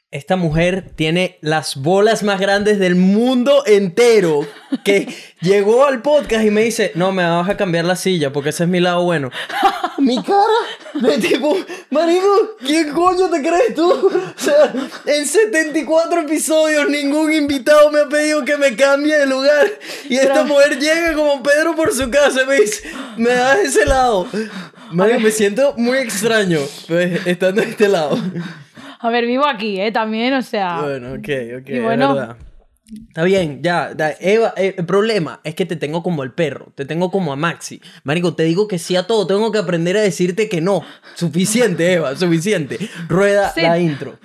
Esta mujer tiene las bolas más grandes del mundo entero. Que llegó al podcast y me dice, no, me vas a cambiar la silla porque ese es mi lado bueno. Mi cara de tipo, marico, ¿quién coño te crees tú? O sea, en 74 episodios ningún invitado me ha pedido que me cambie de lugar. Y esta mujer llega como Pedro por su casa y me dice, me das ese lado. Marico, me siento muy extraño pues, estando de este lado. A ver, vivo aquí, también, o sea... Bueno, ok, y bueno, es verdad. Está bien, ya. Eva, el problema es que te tengo como el perro. Te tengo como a Maxi. Marico, te digo que sí a todo. Tengo que aprender a decirte que no. Suficiente, Eva, suficiente. Rueda Sí. la intro.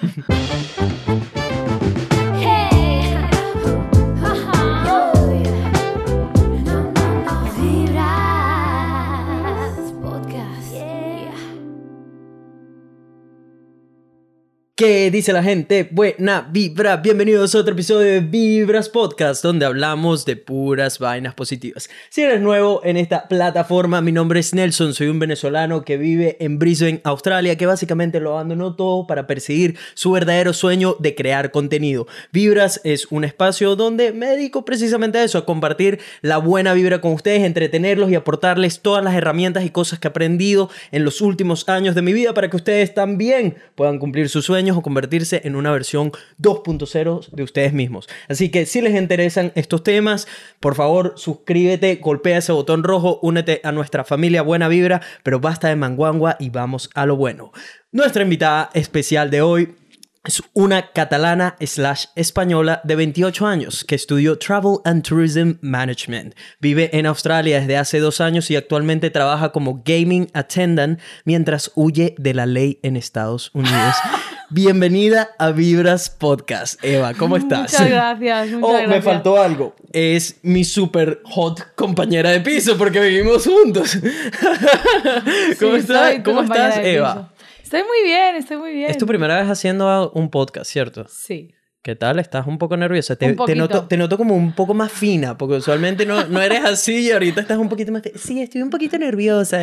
¿Qué dice la gente? Buena vibra, bienvenidos a otro episodio de Vibras Podcast, donde hablamos de puras vainas positivas. Si eres nuevo en esta plataforma, mi nombre es Nelson, soy un venezolano que vive en Brisbane, Australia, que básicamente lo abandonó todo para perseguir su verdadero sueño de crear contenido. Vibras es un espacio donde me dedico precisamente a eso, a compartir la buena vibra con ustedes, entretenerlos y aportarles todas las herramientas y cosas que he aprendido en los últimos años de mi vida para que ustedes también puedan cumplir sus sueños o convertirse en una versión 2.0 de ustedes mismos. Así que si les interesan estos temas, por favor suscríbete, golpea ese botón rojo, únete a nuestra familia Buena Vibra, pero basta de manguangua y vamos a lo bueno. Nuestra invitada especial de hoy es una catalana / española de 28 años que estudió Travel and Tourism Management. Vive en Australia desde hace 2 años y actualmente trabaja como gaming attendant mientras huye de la ley en Estados Unidos. Bienvenida a Vibras Podcast. Eva, ¿cómo estás? Muchas gracias, muchas gracias. Me faltó algo. Es mi super hot compañera de piso porque vivimos juntos. ¿Cómo estás, Eva? Estoy muy bien, estoy muy bien. Es tu primera vez haciendo un podcast, ¿cierto? Sí. ¿Qué tal? ¿Estás un poco nerviosa? Un poquito. Te noto como un poco más fina, porque usualmente no eres así y ahorita estás un poquito más... Sí, estoy un poquito nerviosa.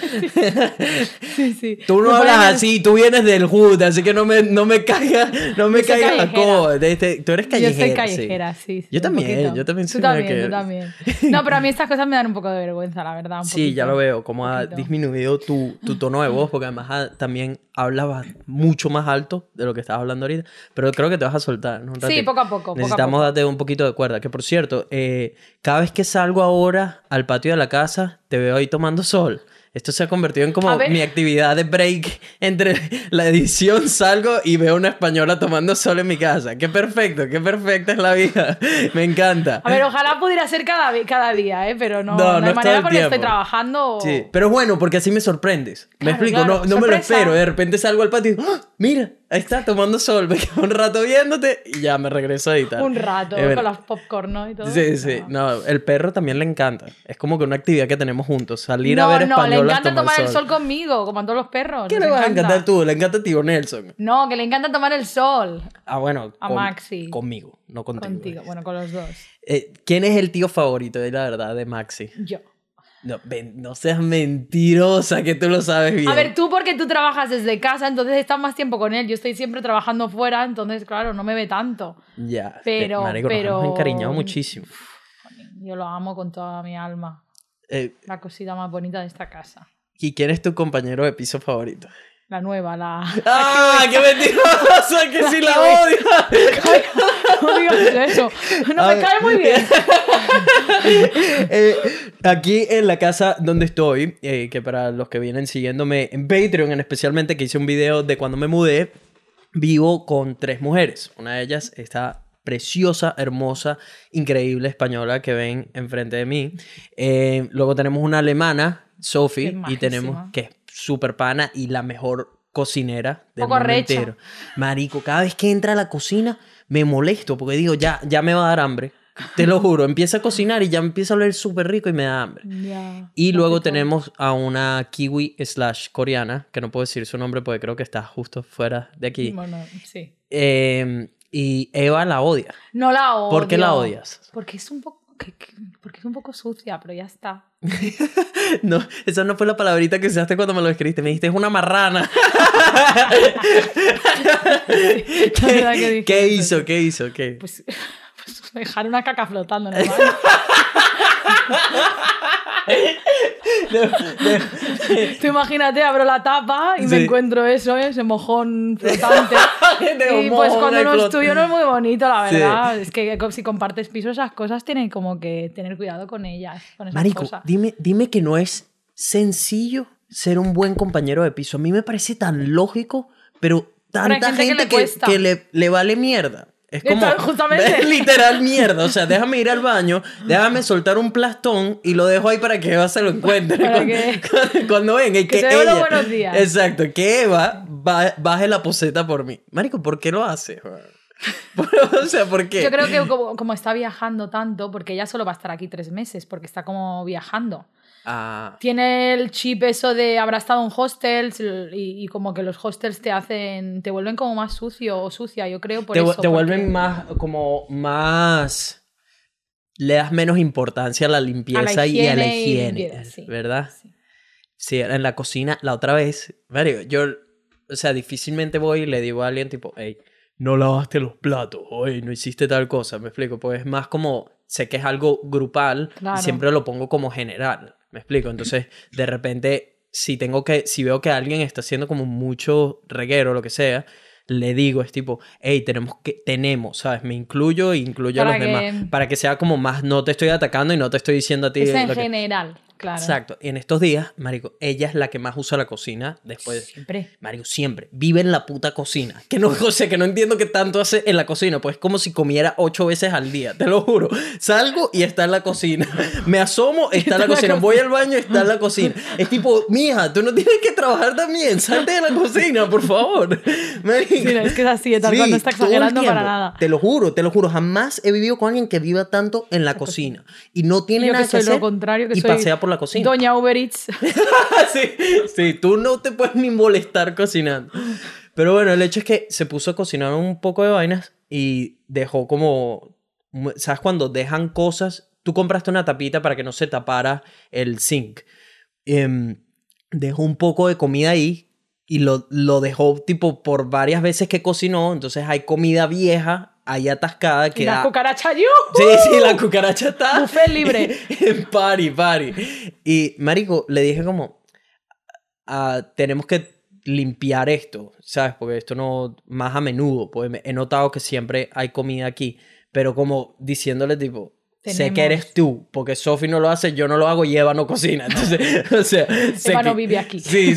Sí. Tú no hablas así, tú vienes del hood, así que no me caigas la coba. Tú eres callejera. Yo soy callejera, sí. Yo también soy Tú también. No, pero a mí estas cosas me dan un poco de vergüenza, la verdad. Sí, ya lo veo, como ha disminuido tu tono de voz, porque además también hablabas mucho más alto de lo que estabas hablando ahorita, pero creo que te vas a soltar. Sí, poco a poco. Necesitamos darte un poquito de cuerda. Que por cierto, cada vez que salgo ahora al patio de la casa, te veo ahí tomando sol. Esto se ha convertido en como mi actividad de break. Entre la edición salgo y veo una española tomando sol en mi casa. Qué perfecta es la vida. Me encanta. A ver, ojalá pudiera ser cada día, pero no hay manera porque estoy trabajando. Sí, pero es bueno porque así me sorprendes. Claro, me explico, claro, no me lo espero. De repente salgo al patio y ¡oh! Mira, ahí está tomando sol. Me quedo un rato viéndote y ya me regreso a editar. Un rato con los popcorn, ¿no? Y todo. Sí. No, el perro también le encanta. Es como que una actividad que tenemos juntos. Salir a ver españolas le encanta tomar el el sol conmigo, como a todos los perros. ¿Qué le vas a encantar tú? ¿Le encanta a ti o Nelson? No, que le encanta tomar el sol. Ah, bueno. A Maxi. Conmigo, no contigo. Contigo, bueno, con los dos. ¿Quién es el tío favorito, de la verdad, de Maxi? Yo. No seas mentirosa, que tú lo sabes bien. A ver, tú porque tú trabajas desde casa, entonces estás más tiempo con él. Yo estoy siempre trabajando fuera, entonces, claro, no me ve tanto. Ya, pero marico, nos hemos encariñado muchísimo. Yo lo amo con toda mi alma. La cosita más bonita de esta casa. ¿Y quién es tu compañero de piso favorito? La nueva, ¡Ah! ¡Qué mentirosa! ¡Que sí la odia! No digas eso. No me cae muy bien. Aquí en la casa donde estoy, que para los que vienen siguiéndome en Patreon, especialmente que hice un video de cuando me mudé, vivo con 3 mujeres. Una de ellas está preciosa, hermosa, increíble española que ven enfrente de mí. Luego tenemos una alemana, Sophie, y tenemos que es súper pana y la mejor cocinera del mundo entero. Marico, cada vez que entra a la cocina me molesto porque digo, ya me va a dar hambre. Te lo juro, empieza a cocinar y ya empieza a oler súper rico y me da hambre. Y luego tenemos a una kiwi / coreana, que no puedo decir su nombre porque creo que está justo fuera de aquí. Bueno, sí. Y Eva la odia. No la odio. ¿Por qué la odias? Porque es un poco porque es un poco sucia, pero ya está. No, esa no fue la palabrita que usaste cuando me lo escribiste. Me dijiste, es una marrana. ¿Qué hizo? Pues dejar una caca flotando en el baño. Tú imagínate, abro la tapa y me encuentro eso, ese mojón flotante. Y pues cuando no es tuyo no es muy bonito, la verdad. Sí. Es que si compartes piso, esas cosas tienen como que tener cuidado con ellas. Con esas Marico, cosas. Dime que no es sencillo ser un buen compañero de piso. A mí me parece tan lógico, pero tanta gente que le vale mierda. Es como, justamente. Literal mierda. O sea, déjame ir al baño, déjame soltar un plastón y lo dejo ahí para que Eva se lo encuentre cuando venga. Y que ella, buenos días. Exacto, que Eva baje la poseta por mí. Marico, ¿por qué lo hace? O sea, ¿por qué? Yo creo que como está viajando tanto, porque ella solo va a estar aquí 3 meses, porque está como viajando. Tiene el chip eso de habrá estado en hostels y como que los hostels te vuelven como más sucio o sucia, yo creo, te vuelven más le das menos importancia a la limpieza y a la higiene, sí, ¿verdad? Sí, en la cocina la otra vez, Mario, yo, o sea, difícilmente voy y le digo a alguien tipo, hey, no lavaste los platos, oye, no hiciste tal cosa, me explico, pues es más como, sé que es algo grupal, claro. Y siempre lo pongo como general. ¿Me explico? Entonces, de repente, si veo que alguien está haciendo como mucho reguero o lo que sea, le digo, es tipo, hey, tenemos, ¿sabes? Me incluyo a los demás. Para que sea como más, no te estoy atacando y no te estoy diciendo a ti. Es en general. Claro. Exacto. Y en estos días, marico, ella es la que más usa la cocina después. Siempre. Marico, siempre. Vive en la puta cocina. Que no entiendo qué tanto hace en la cocina. Pues es como si comiera 8 veces al día, te lo juro. Salgo y está en la cocina. Me asomo, está en la cocina. Voy al baño, está en la cocina. Es tipo, mija, tú no tienes que trabajar también. Salte de la cocina, por favor. Marico. Sí, es que es así, tal cual, no está exagerando para nada. Te lo juro. Jamás he vivido con alguien que viva tanto en la cocina. Y no tiene nada que hacer. Lo contrario, que y soy pasea por la cocina. Doña Uber Eats. sí, tú no te puedes ni molestar cocinando. Pero bueno, el hecho es que se puso a cocinar un poco de vainas y dejó como... ¿Sabes cuando dejan cosas? Tú compraste una tapita para que no se tapara el zinc. Dejó un poco de comida ahí y lo dejó tipo por varias veces que cocinó. Entonces hay comida vieja ahí atascada que la cucaracha yo. Sí, la cucaracha está buffet libre. Party. Y marico, le dije como tenemos que limpiar esto, ¿sabes? Porque esto no más a menudo, pues he notado que siempre hay comida aquí, pero como diciéndole tipo, sé que eres tú, porque Sophie no lo hace, yo no lo hago y Eva no cocina. Entonces, o sea, Eva no vive aquí. Sí.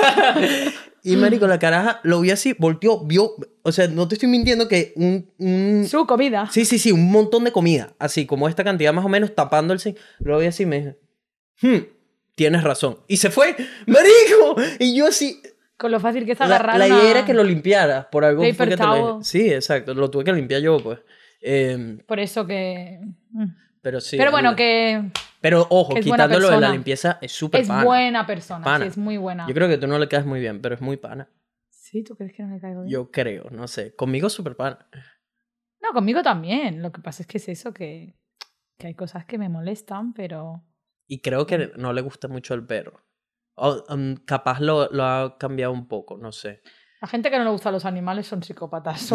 Y marico, la caraja lo vio así, volteó, vio, o sea, no te estoy mintiendo que su comida. Sí, un montón de comida, así como esta cantidad más o menos tapando el zinc. Lo vi así y me dije, tienes razón. Y se fue, marico. Y yo así... Con lo fácil que es agarrar la idea era que lo limpiara, por algo paper fue que towel. Sí, exacto, lo tuve que limpiar yo, pues. Por eso que... Pero sí. Pero bueno, que... Pero ojo, quitándolo de la limpieza, es súper pana. Es buena persona, sí, es muy buena. Yo creo que tú no le caes muy bien, pero es muy pana. ¿Sí? ¿Tú crees que no le caigo bien? Yo creo, no sé. Conmigo es súper pana. No, conmigo también. Lo que pasa es que es eso, que hay cosas que me molestan, pero... Y creo que no le gusta mucho el perro. Capaz lo ha cambiado un poco, no sé. La gente que no le gusta los animales son psicópatas.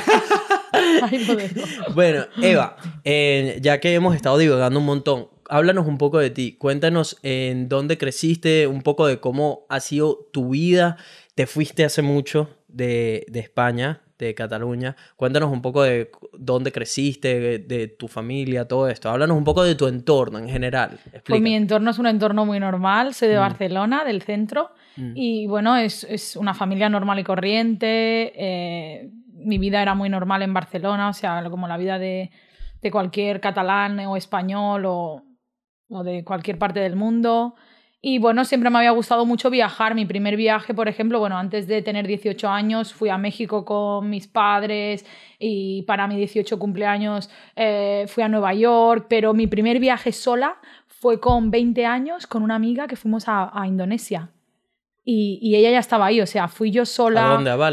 Ahí lo dejo. Bueno, Eva, ya que hemos estado divagando un montón, háblanos un poco de ti. Cuéntanos en dónde creciste, un poco de cómo ha sido tu vida. Te fuiste hace mucho de España, de Cataluña. Cuéntanos un poco de dónde creciste, de tu familia, todo esto. Háblanos un poco de tu entorno en general. Explica. Pues mi entorno es un entorno muy normal. Soy de Barcelona, del centro. Y bueno, es una familia normal y corriente. Mi vida era muy normal en Barcelona, o sea, como la vida de cualquier catalán o español o de cualquier parte del mundo. Y bueno, siempre me había gustado mucho viajar. Mi primer viaje, por ejemplo, bueno, antes de tener 18 años fui a México con mis padres y para mi 18 cumpleaños fui a Nueva York, pero mi primer viaje sola fue con 20 años con una amiga que fuimos a Indonesia. Y ella ya estaba ahí, o sea, fui yo sola. ¿A dónde? ¿A Bali?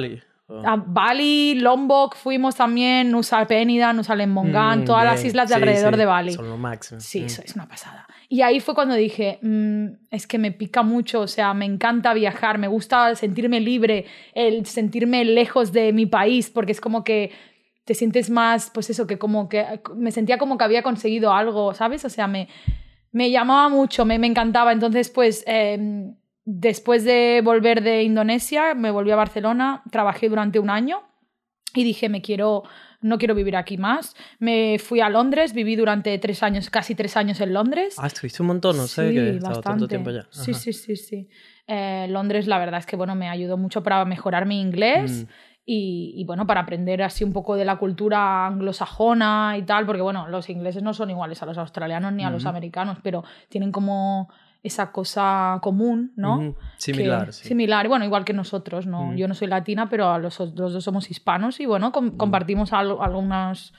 A Bali, Lombok fuimos también, Nusa Penida, Nusa Lembongan, todas las islas de alrededor de Bali. Son lo máximo. Sí, eso es una pasada. Y ahí fue cuando dije, es que me pica mucho, o sea, me encanta viajar, me gusta sentirme libre, el sentirme lejos de mi país, porque es como que te sientes más, pues eso, que como que me sentía como que había conseguido algo, ¿sabes? O sea, me llamaba mucho, me encantaba. Entonces, pues... después de volver de Indonesia, me volví a Barcelona, trabajé durante 1 año y dije, no quiero vivir aquí más. Me fui a Londres, viví durante 3 años, casi 3 años en Londres. Ah, estuviste un montón, no sé, que estaba tanto tiempo allá. Sí, sí. Londres, la verdad es que bueno, me ayudó mucho para mejorar mi inglés. Y bueno, para aprender así un poco de la cultura anglosajona y tal, porque bueno, los ingleses no son iguales a los australianos ni a los americanos, pero tienen como esa cosa común, ¿no? Similar, sí. Similar, bueno, igual que nosotros, ¿no? Yo no soy latina, pero los dos somos hispanos y bueno, compartimos algunas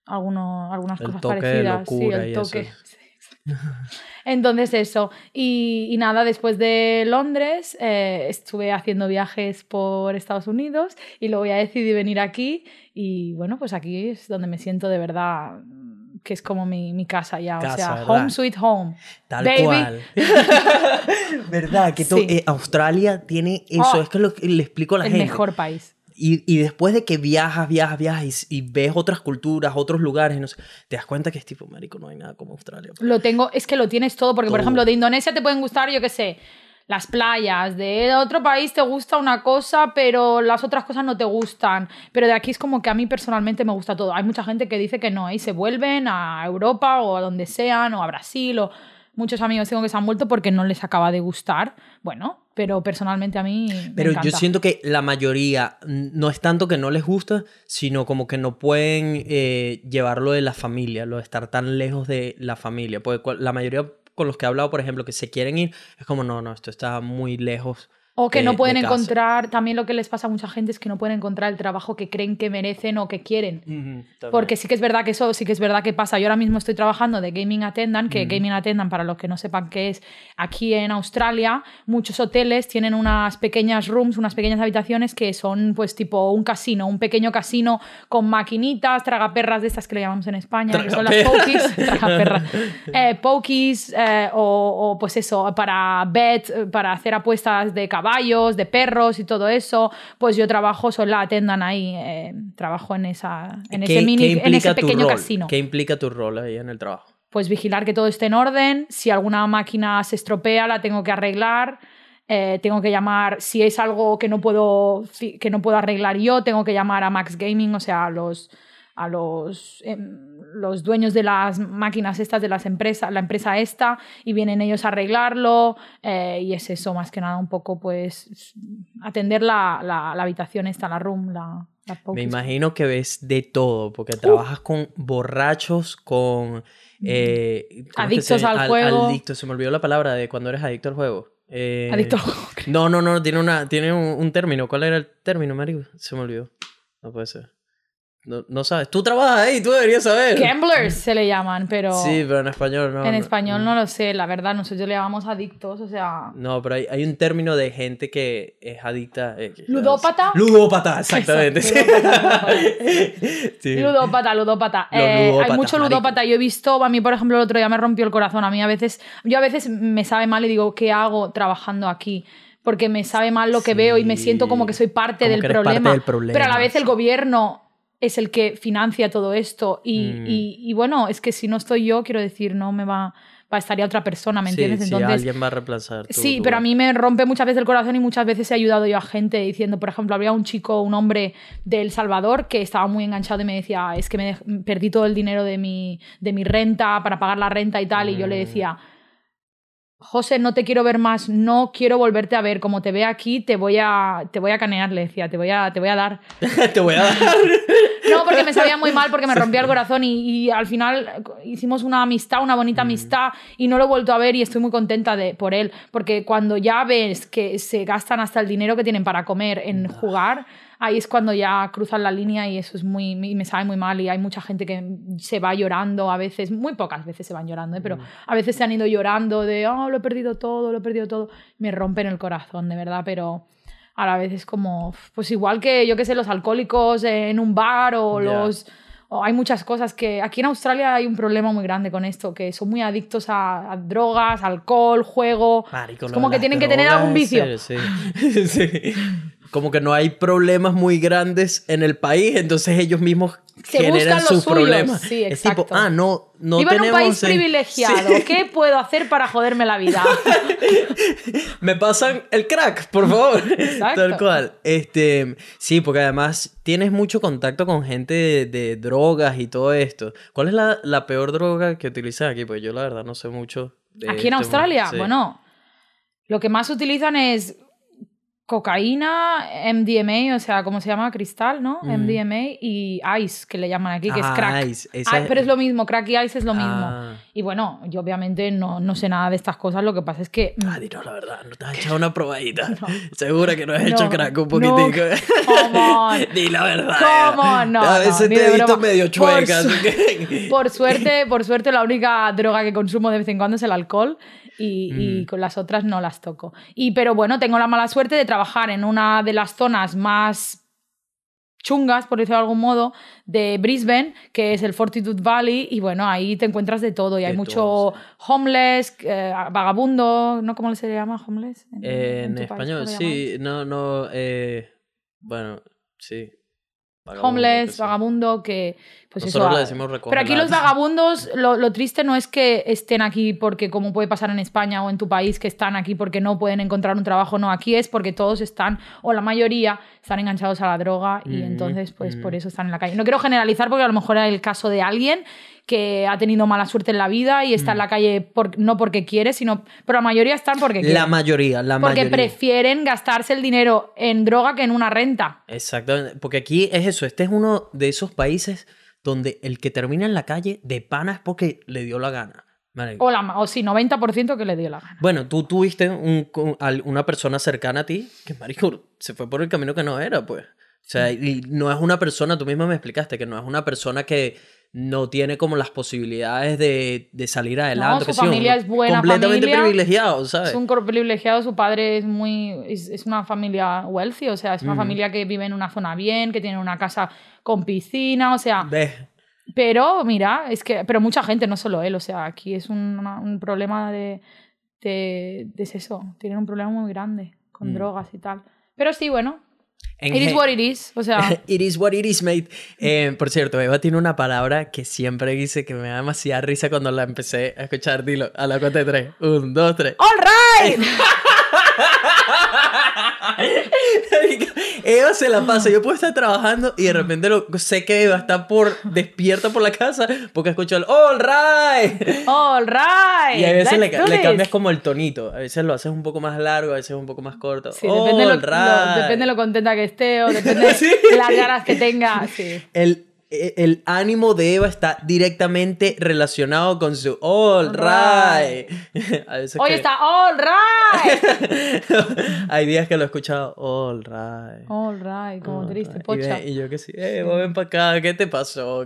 cosas parecidas. De locura, sí, el toque. eso. Sí, entonces eso. Y nada, después de Londres estuve haciendo viajes por Estados Unidos y luego ya decidí venir aquí y bueno, pues aquí es donde me siento de verdad... que es como mi casa ya, o sea, ¿verdad? home sweet home. Tal baby. cual. ¿Verdad? Que Sí. Australia tiene eso, es que lo que le explico a la gente. El mejor país. Y después de que viajas y ves otras culturas, otros lugares, no sé, te das cuenta que es tipo, marico, no hay nada como Australia. Es que lo tienes todo, porque por ejemplo de Indonesia te pueden gustar, yo qué sé, las playas, de otro país te gusta una cosa, pero las otras cosas no te gustan. Pero de aquí es como que a mí personalmente me gusta todo. Hay mucha gente que dice que no, y se vuelven a Europa o a donde sean, o a Brasil, o muchos amigos tengo que se han vuelto porque no les acaba de gustar. Bueno, pero personalmente a mí Pero me encanta. yo siento que la mayoría no es tanto que no les gusta, sino como que no pueden llevarlo de la familia, lo de estar tan lejos de la familia. Porque la mayoría con los que he hablado, por ejemplo, que se quieren ir, es como, no, esto está muy lejos. O que no pueden de casa. encontrar, también lo que les pasa a mucha gente es que no pueden encontrar el trabajo que creen que merecen o que quieren. Porque sí que es verdad que eso sí que es verdad que pasa. Yo ahora mismo estoy trabajando de Gaming Attendant, que Gaming Attendant, para los que no sepan qué es, aquí en Australia, muchos hoteles tienen unas pequeñas rooms, unas pequeñas habitaciones que son pues tipo un casino, un pequeño casino con maquinitas, tragaperras de estas que le llamamos en España, que son las pokies, tragaperras, pokies, o pues eso, para bet, para hacer apuestas de caballos, de perros y todo eso, pues yo trabajo, soy la attendant ahí, trabajo en ese pequeño casino. ¿Qué implica tu rol ahí en el trabajo? Pues vigilar que todo esté en orden, si alguna máquina se estropea la tengo que arreglar, tengo que llamar, si es algo que no puedo arreglar yo, tengo que llamar a Max Gaming, o sea, a los dueños de las máquinas estas de la empresa esta, y vienen ellos a arreglarlo, y es eso, más que nada un poco pues atender la habitación esta, la room, la Me imagino que ves de todo, porque trabajas con borrachos, con adictos al juego. Adictos, se me olvidó la palabra de cuando eres adicto al juego. Adicto al juego. No, tiene un término. ¿Cuál era el término, marico? Se me olvidó. No puede ser. No sabes. Tú trabajas ahí, tú deberías saber. Gamblers se le llaman, pero... Sí, pero en español no. En español no lo sé, la verdad. Nosotros le llamamos adictos, o sea... No, pero hay un término de gente que es adicta... ¿Ludópata? Ludópata, exactamente. Eso, sí. Ludópata. Hay mucho ludópata. Yo he visto, a mí por ejemplo el otro día me rompió el corazón. Yo a veces me sabe mal y digo, ¿qué hago trabajando aquí? Porque me sabe mal lo que veo y me siento como que soy parte del problema. Pero a la vez el gobierno es el que financia todo esto y bueno, es que si no estoy yo, quiero decir, no me estaría otra persona, ¿me entiendes? Sí, entonces, alguien va a reemplazar sí, pero a mí me rompe muchas veces el corazón y muchas veces he ayudado yo a gente diciendo, por ejemplo, había un hombre de El Salvador que estaba muy enganchado y me decía, es que perdí todo el dinero de mi renta para pagar la renta y tal, y yo le decía, José, no te quiero ver más, no quiero volverte a ver, como te vea aquí te voy a canear, le decía, te voy a dar. Te voy a dar. No, porque me sabía muy mal, porque me rompía el corazón y al final hicimos una bonita amistad y no lo he vuelto a ver y estoy muy contenta por él, porque cuando ya ves que se gastan hasta el dinero que tienen para comer en jugar, ahí es cuando ya cruzan la línea y eso me sabe muy mal y hay mucha gente que se va llorando a veces, muy pocas veces se van llorando, pero a veces se han ido llorando de, lo he perdido todo, me rompen el corazón, de verdad, pero... a la vez es como, pues igual que, yo qué sé, los alcohólicos en un bar o o hay muchas cosas que... Aquí en Australia hay un problema muy grande con esto, que son muy adictos a drogas, alcohol, juego. Marico, es como que tienen que tener algún vicio. Sí. Sí. Como que no hay problemas muy grandes en el país, entonces ellos mismos generan sus problemas. Sí, exacto. Es tipo, no vivo tenemos... en un país privilegiado. Sí. ¿Qué puedo hacer para joderme la vida? Me pasan el crack, por favor. Exacto. Tal cual. Sí, porque además tienes mucho contacto con gente de drogas y todo esto. ¿Cuál es la peor droga que utilizan aquí? Pues yo la verdad no sé mucho de ¿Aquí en Australia? Sí. Bueno, lo que más utilizan es cocaína, MDMA, o sea, ¿cómo se llama? Cristal, ¿no? MDMA y ice, que le llaman aquí, que es crack. Ice. Pero es lo mismo, crack y ice es lo mismo. Y bueno, yo obviamente no sé nada de estas cosas, lo que pasa es que... Dinos la verdad, no te has echado una probadita. No. Segura que no has hecho crack un poquitico. Di la verdad. ¿Cómo? No, a veces te he visto medio chueca. Por suerte, la única droga que consumo de vez en cuando es el alcohol. Y con las otras no las toco. Pero bueno, tengo la mala suerte de trabajar en una de las zonas más chungas, por decirlo de algún modo, de Brisbane, que es el Fortitude Valley, y bueno, ahí te encuentras de todo. Y hay mucho homeless, vagabundo, ¿no? ¿Cómo se le llama homeless? En español, sí. Bueno, sí. Homeless, vagabundo, que... Pues nosotros eso, le decimos recoger. Pero aquí los vagabundos, lo triste no es que estén aquí porque, como puede pasar en España o en tu país, que están aquí porque no pueden encontrar un trabajo, no, aquí es porque todos están, o la mayoría, están enganchados a la droga y entonces, pues por eso están en la calle. No quiero generalizar porque a lo mejor es el caso de alguien que ha tenido mala suerte en la vida y está en la calle no porque quiere, sino... Pero la mayoría están porque quieren. La mayoría. Porque prefieren gastarse el dinero en droga que en una renta. Exactamente. Porque aquí es eso. Este es uno de esos países donde el que termina en la calle de pana es porque le dio la gana. O sí, 90% que le dio la gana. Bueno, tú tuviste una persona cercana a ti que, marico, se fue por el camino que no era, pues. O sea, y no es una persona, tú misma me explicaste, que no es una persona que no tiene como las posibilidades de salir adelante. No, su familia es buena completamente familia, privilegiado, ¿sabes? Es un privilegiado, su padre es una familia wealthy, o sea, es una familia que vive en una zona bien, que tiene una casa con piscina, o sea... Pero, mira, pero mucha gente, no solo él, o sea, aquí es un problema de eso, tienen un problema muy grande con drogas y tal. Pero sí, bueno... It is what it is, o sea... It is what it is, mate. Por cierto, Eva tiene una palabra que siempre dice que me da demasiada risa cuando la empecé a escuchar. Dilo, a la cuenta de 3. 1, 2, 3. ¡All right! Eva se la pasa. Yo puedo estar trabajando y de repente sé que Eva está despierta por la casa porque escucho el all right. All right. Y a veces le cambias como el tonito. A veces lo haces un poco más largo, a veces un poco más corto. Sí, depende de lo contenta que esté o depende de las ganas que tenga. Sí. El ánimo de Eva está directamente relacionado con su all right. Hoy está all right. Hay días que lo he escuchado all right. All right, como triste, pocha. Y yo que sí, ven para acá, ¿qué te pasó?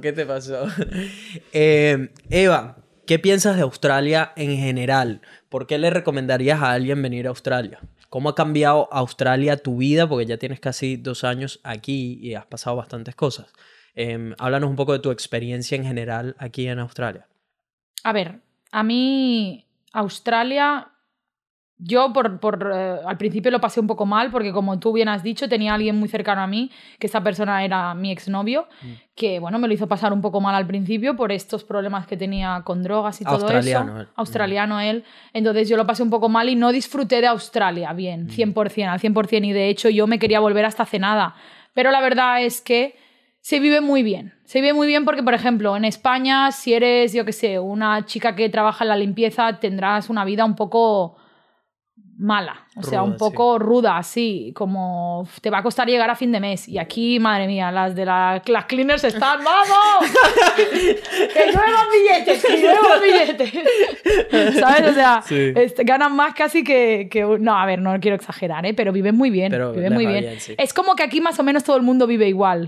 Eva, ¿qué piensas de Australia en general? ¿Por qué le recomendarías a alguien venir a Australia? ¿Cómo ha cambiado Australia tu vida? Porque ya tienes casi 2 años aquí y has pasado bastantes cosas. Háblanos un poco de tu experiencia en general aquí en Australia. A ver, a mí Australia, yo al principio lo pasé un poco mal porque, como tú bien has dicho, tenía a alguien muy cercano a mí, que esta persona era mi exnovio, que bueno, me lo hizo pasar un poco mal al principio por estos problemas que tenía con drogas y todo eso. Australiano él. Entonces yo lo pasé un poco mal y no disfruté de Australia bien, 100%, al 100%, y de hecho yo me quería volver hasta hace nada. Pero la verdad es que se vive muy bien. Se vive muy bien porque, por ejemplo, en España, si eres, yo qué sé, una chica que trabaja en la limpieza, tendrás una vida un poco mala. O sea, un poco ruda, así, como te va a costar llegar a fin de mes. Y aquí, madre mía, las las cleaners están, ¡vamos! ¡Que nuevos billetes! ¿Sabes? O sea, ganan más casi que... No, a ver, no quiero exagerar, pero viven muy bien. Viven muy bien. Sí. Es como que aquí más o menos todo el mundo vive igual.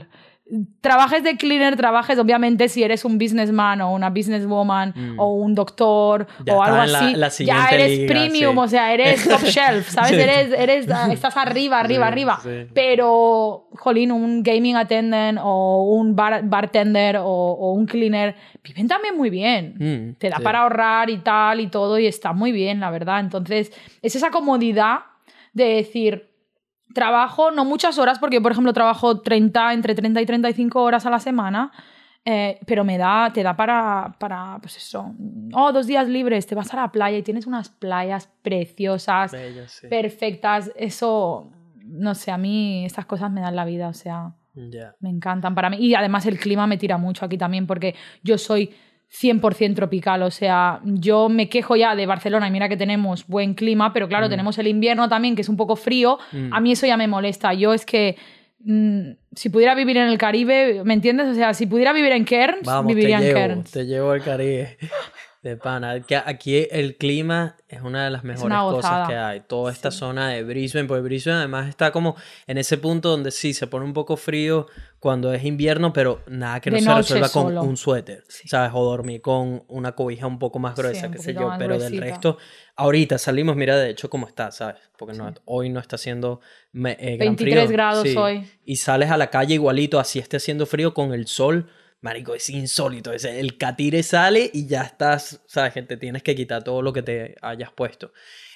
trabajes de cleaner, trabajes, obviamente, si eres un businessman o una businesswoman o un doctor ya o algo así, ya eres liga, premium, sí. o sea, eres top shelf, ¿sabes? Estás arriba. Sí. Pero, jolín, un gaming attendant o un bartender o un cleaner viven también muy bien. Te da para ahorrar y tal y todo y está muy bien, la verdad. Entonces, es esa comodidad de decir... Trabajo no muchas horas, porque yo, por ejemplo, trabajo entre 30 y 35 horas a la semana, pero te da para, pues eso, 2 días libres, te vas a la playa y tienes unas playas preciosas, Bello, sí. perfectas. Eso, no sé, a mí estas cosas me dan la vida, o sea, me encantan para mí. Y además el clima me tira mucho aquí también, porque yo soy 100% tropical, o sea, yo me quejo ya de Barcelona y mira que tenemos buen clima, pero claro, tenemos el invierno también que es un poco frío, a mí eso ya me molesta. Yo es que si pudiera vivir en el Caribe, ¿me entiendes? O sea, si pudiera vivir en Cairns, viviría en Cairns. Te llevo al Caribe. De pana. Que aquí el clima es una de las mejores cosas que hay. Toda esta zona de Brisbane, porque Brisbane además está como en ese punto donde sí se pone un poco frío cuando es invierno, pero nada que no se resuelva con un suéter, ¿sabes? O dormir con una cobija un poco más gruesa, qué sé yo. Pero del resto, ahorita salimos, mira de hecho cómo está, ¿sabes? Porque hoy no está haciendo gran 23 frío. grados hoy. Y sales a la calle igualito, así esté haciendo frío con el sol. Marico, es insólito. El catire sale y ya estás, ¿sabes? Que te tienes que quitar todo lo que te hayas puesto.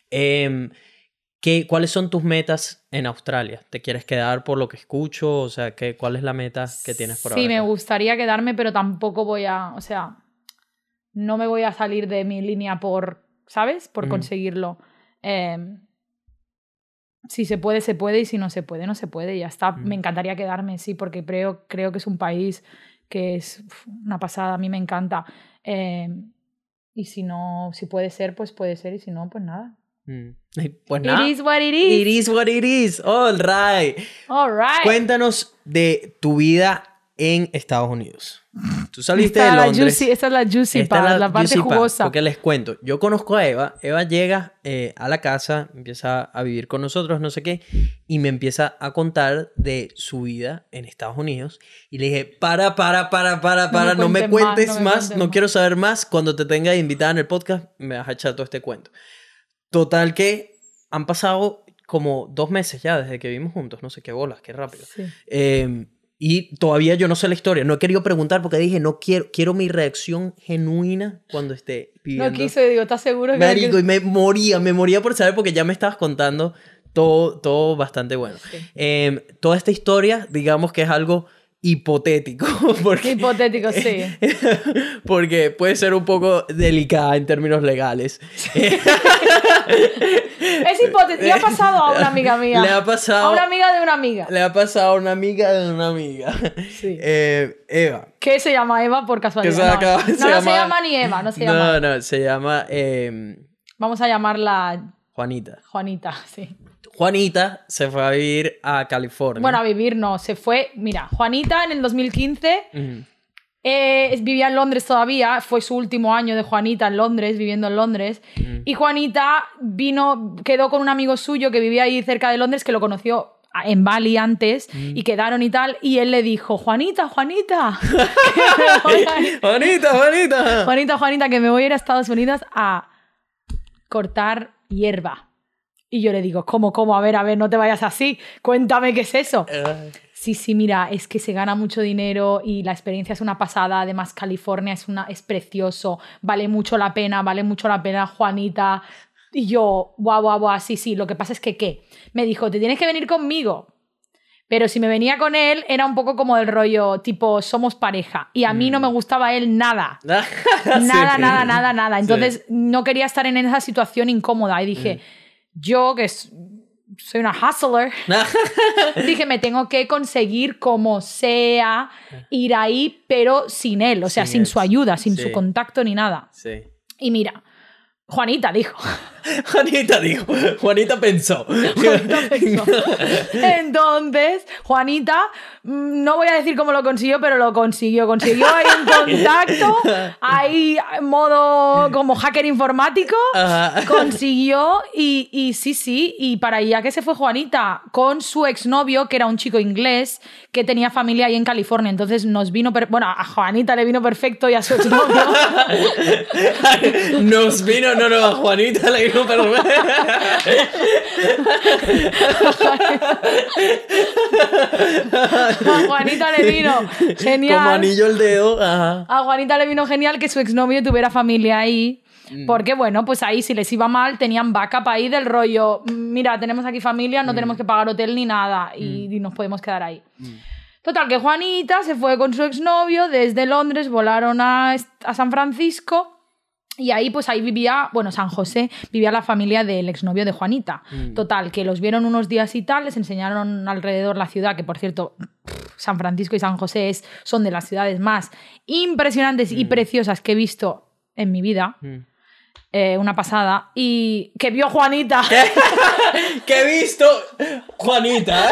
¿Cuáles son tus metas en Australia? ¿Te quieres quedar por lo que escucho? O sea, ¿cuál es la meta que tienes por ahora? Sí, me gustaría quedarme, pero tampoco o sea, no me voy a salir de mi línea ¿sabes? Por conseguirlo. Si se puede, se puede, y si no se puede, no se puede. Y ya está. Me encantaría quedarme, sí, porque creo que es un país que es una pasada, a mí me encanta. Y si puede ser, pues puede ser, y si no, pues nada. Pues nada. It is what it is. It is what it is. All right. Cuéntanos de tu vida en Estados Unidos. Tú saliste de Londres. Esta es la juicy part, la parte jugosa. Porque les cuento, yo conozco a Eva. Eva llega a la casa, empieza a vivir con nosotros, no sé qué, y me empieza a contar de su vida en Estados Unidos. Y le dije, para, no me cuentes más, no quiero saber más. Cuando te tenga invitada en el podcast, me vas a echar todo este cuento. Total que han pasado como 2 meses ya desde que vivimos juntos. No sé qué bolas, qué rápido. Sí. Y todavía yo no sé la historia. No he querido preguntar porque dije, no quiero mi reacción genuina cuando esté viviendo. No quise, digo, ¿estás seguro? Marico, y me moría por saber porque ya me estabas contando todo bastante bueno. Sí. Toda esta historia, digamos que es algo hipotético. Hipotético, sí. Porque puede ser un poco delicada en términos legales. Es hipotético. Le ha pasado a una amiga mía. Le ha pasado a una amiga de una amiga. Le ha pasado a una amiga de una amiga. Sí. Eva. ¿Qué se llama Eva por casualidad? No se llama ni Eva. No, se llama... Vamos a llamarla... Juanita. Juanita, sí. Juanita se fue a vivir a California. Bueno, a vivir no, se fue... Mira, Juanita en el 2015 vivía en Londres todavía, fue su último año de Juanita en Londres, viviendo en Londres, y Juanita quedó con un amigo suyo que vivía ahí cerca de Londres, que lo conoció en Bali antes, y quedaron y tal, y él le dijo, Juanita, Juanita, que me voy a ir a Estados Unidos a cortar hierba. Y yo le digo, ¿cómo? A ver, no te vayas así. Cuéntame qué es eso. Sí, mira, es que se gana mucho dinero y la experiencia es una pasada. Además, California es precioso. Vale mucho la pena, Juanita. Y yo, guau, sí. Lo que pasa es que, ¿qué? Me dijo, te tienes que venir conmigo. Pero si me venía con él, era un poco como el rollo, tipo, somos pareja. Y a mí no me gustaba él nada. Nada. Entonces, no quería estar en esa situación incómoda. Y dije... Yo, que soy una hustler, dije, me tengo que conseguir como sea ir ahí, pero sin él, o sea, sin su ayuda, sin su contacto ni nada. Sí. Y mira, Juanita dijo. Juanita pensó. Entonces, Juanita, no voy a decir cómo lo consiguió, pero lo consiguió. Consiguió ahí un contacto, ahí modo como hacker informático. Consiguió y sí, y para allá que se fue Juanita con su exnovio, que era un chico inglés que tenía familia ahí en California. Entonces nos vino, bueno, a Juanita le vino perfecto y a su exnovio. A Juanita le vino perfecto. A Juanita le vino genial. Como anillo al dedo. Ajá. A Juanita le vino genial que su exnovio tuviera familia ahí. Porque, bueno, pues ahí si les iba mal tenían backup ahí del rollo. Mira, tenemos aquí familia, no tenemos que pagar hotel ni nada y nos podemos quedar ahí. Total, que Juanita se fue con su exnovio desde Londres, volaron a San Francisco. Y ahí, pues ahí vivía, bueno, San José, vivía la familia del exnovio de Juanita. Total, que los vieron unos días y tal, les enseñaron alrededor la ciudad, que por cierto, San Francisco y San José son de las ciudades más impresionantes y preciosas que he visto en mi vida. Una pasada. Y que vio Juanita. ¿Qué he visto? Juanita.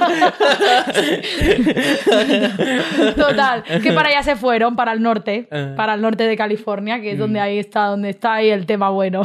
Total, que para allá se fueron, para el norte de California, que es donde está ahí el tema bueno.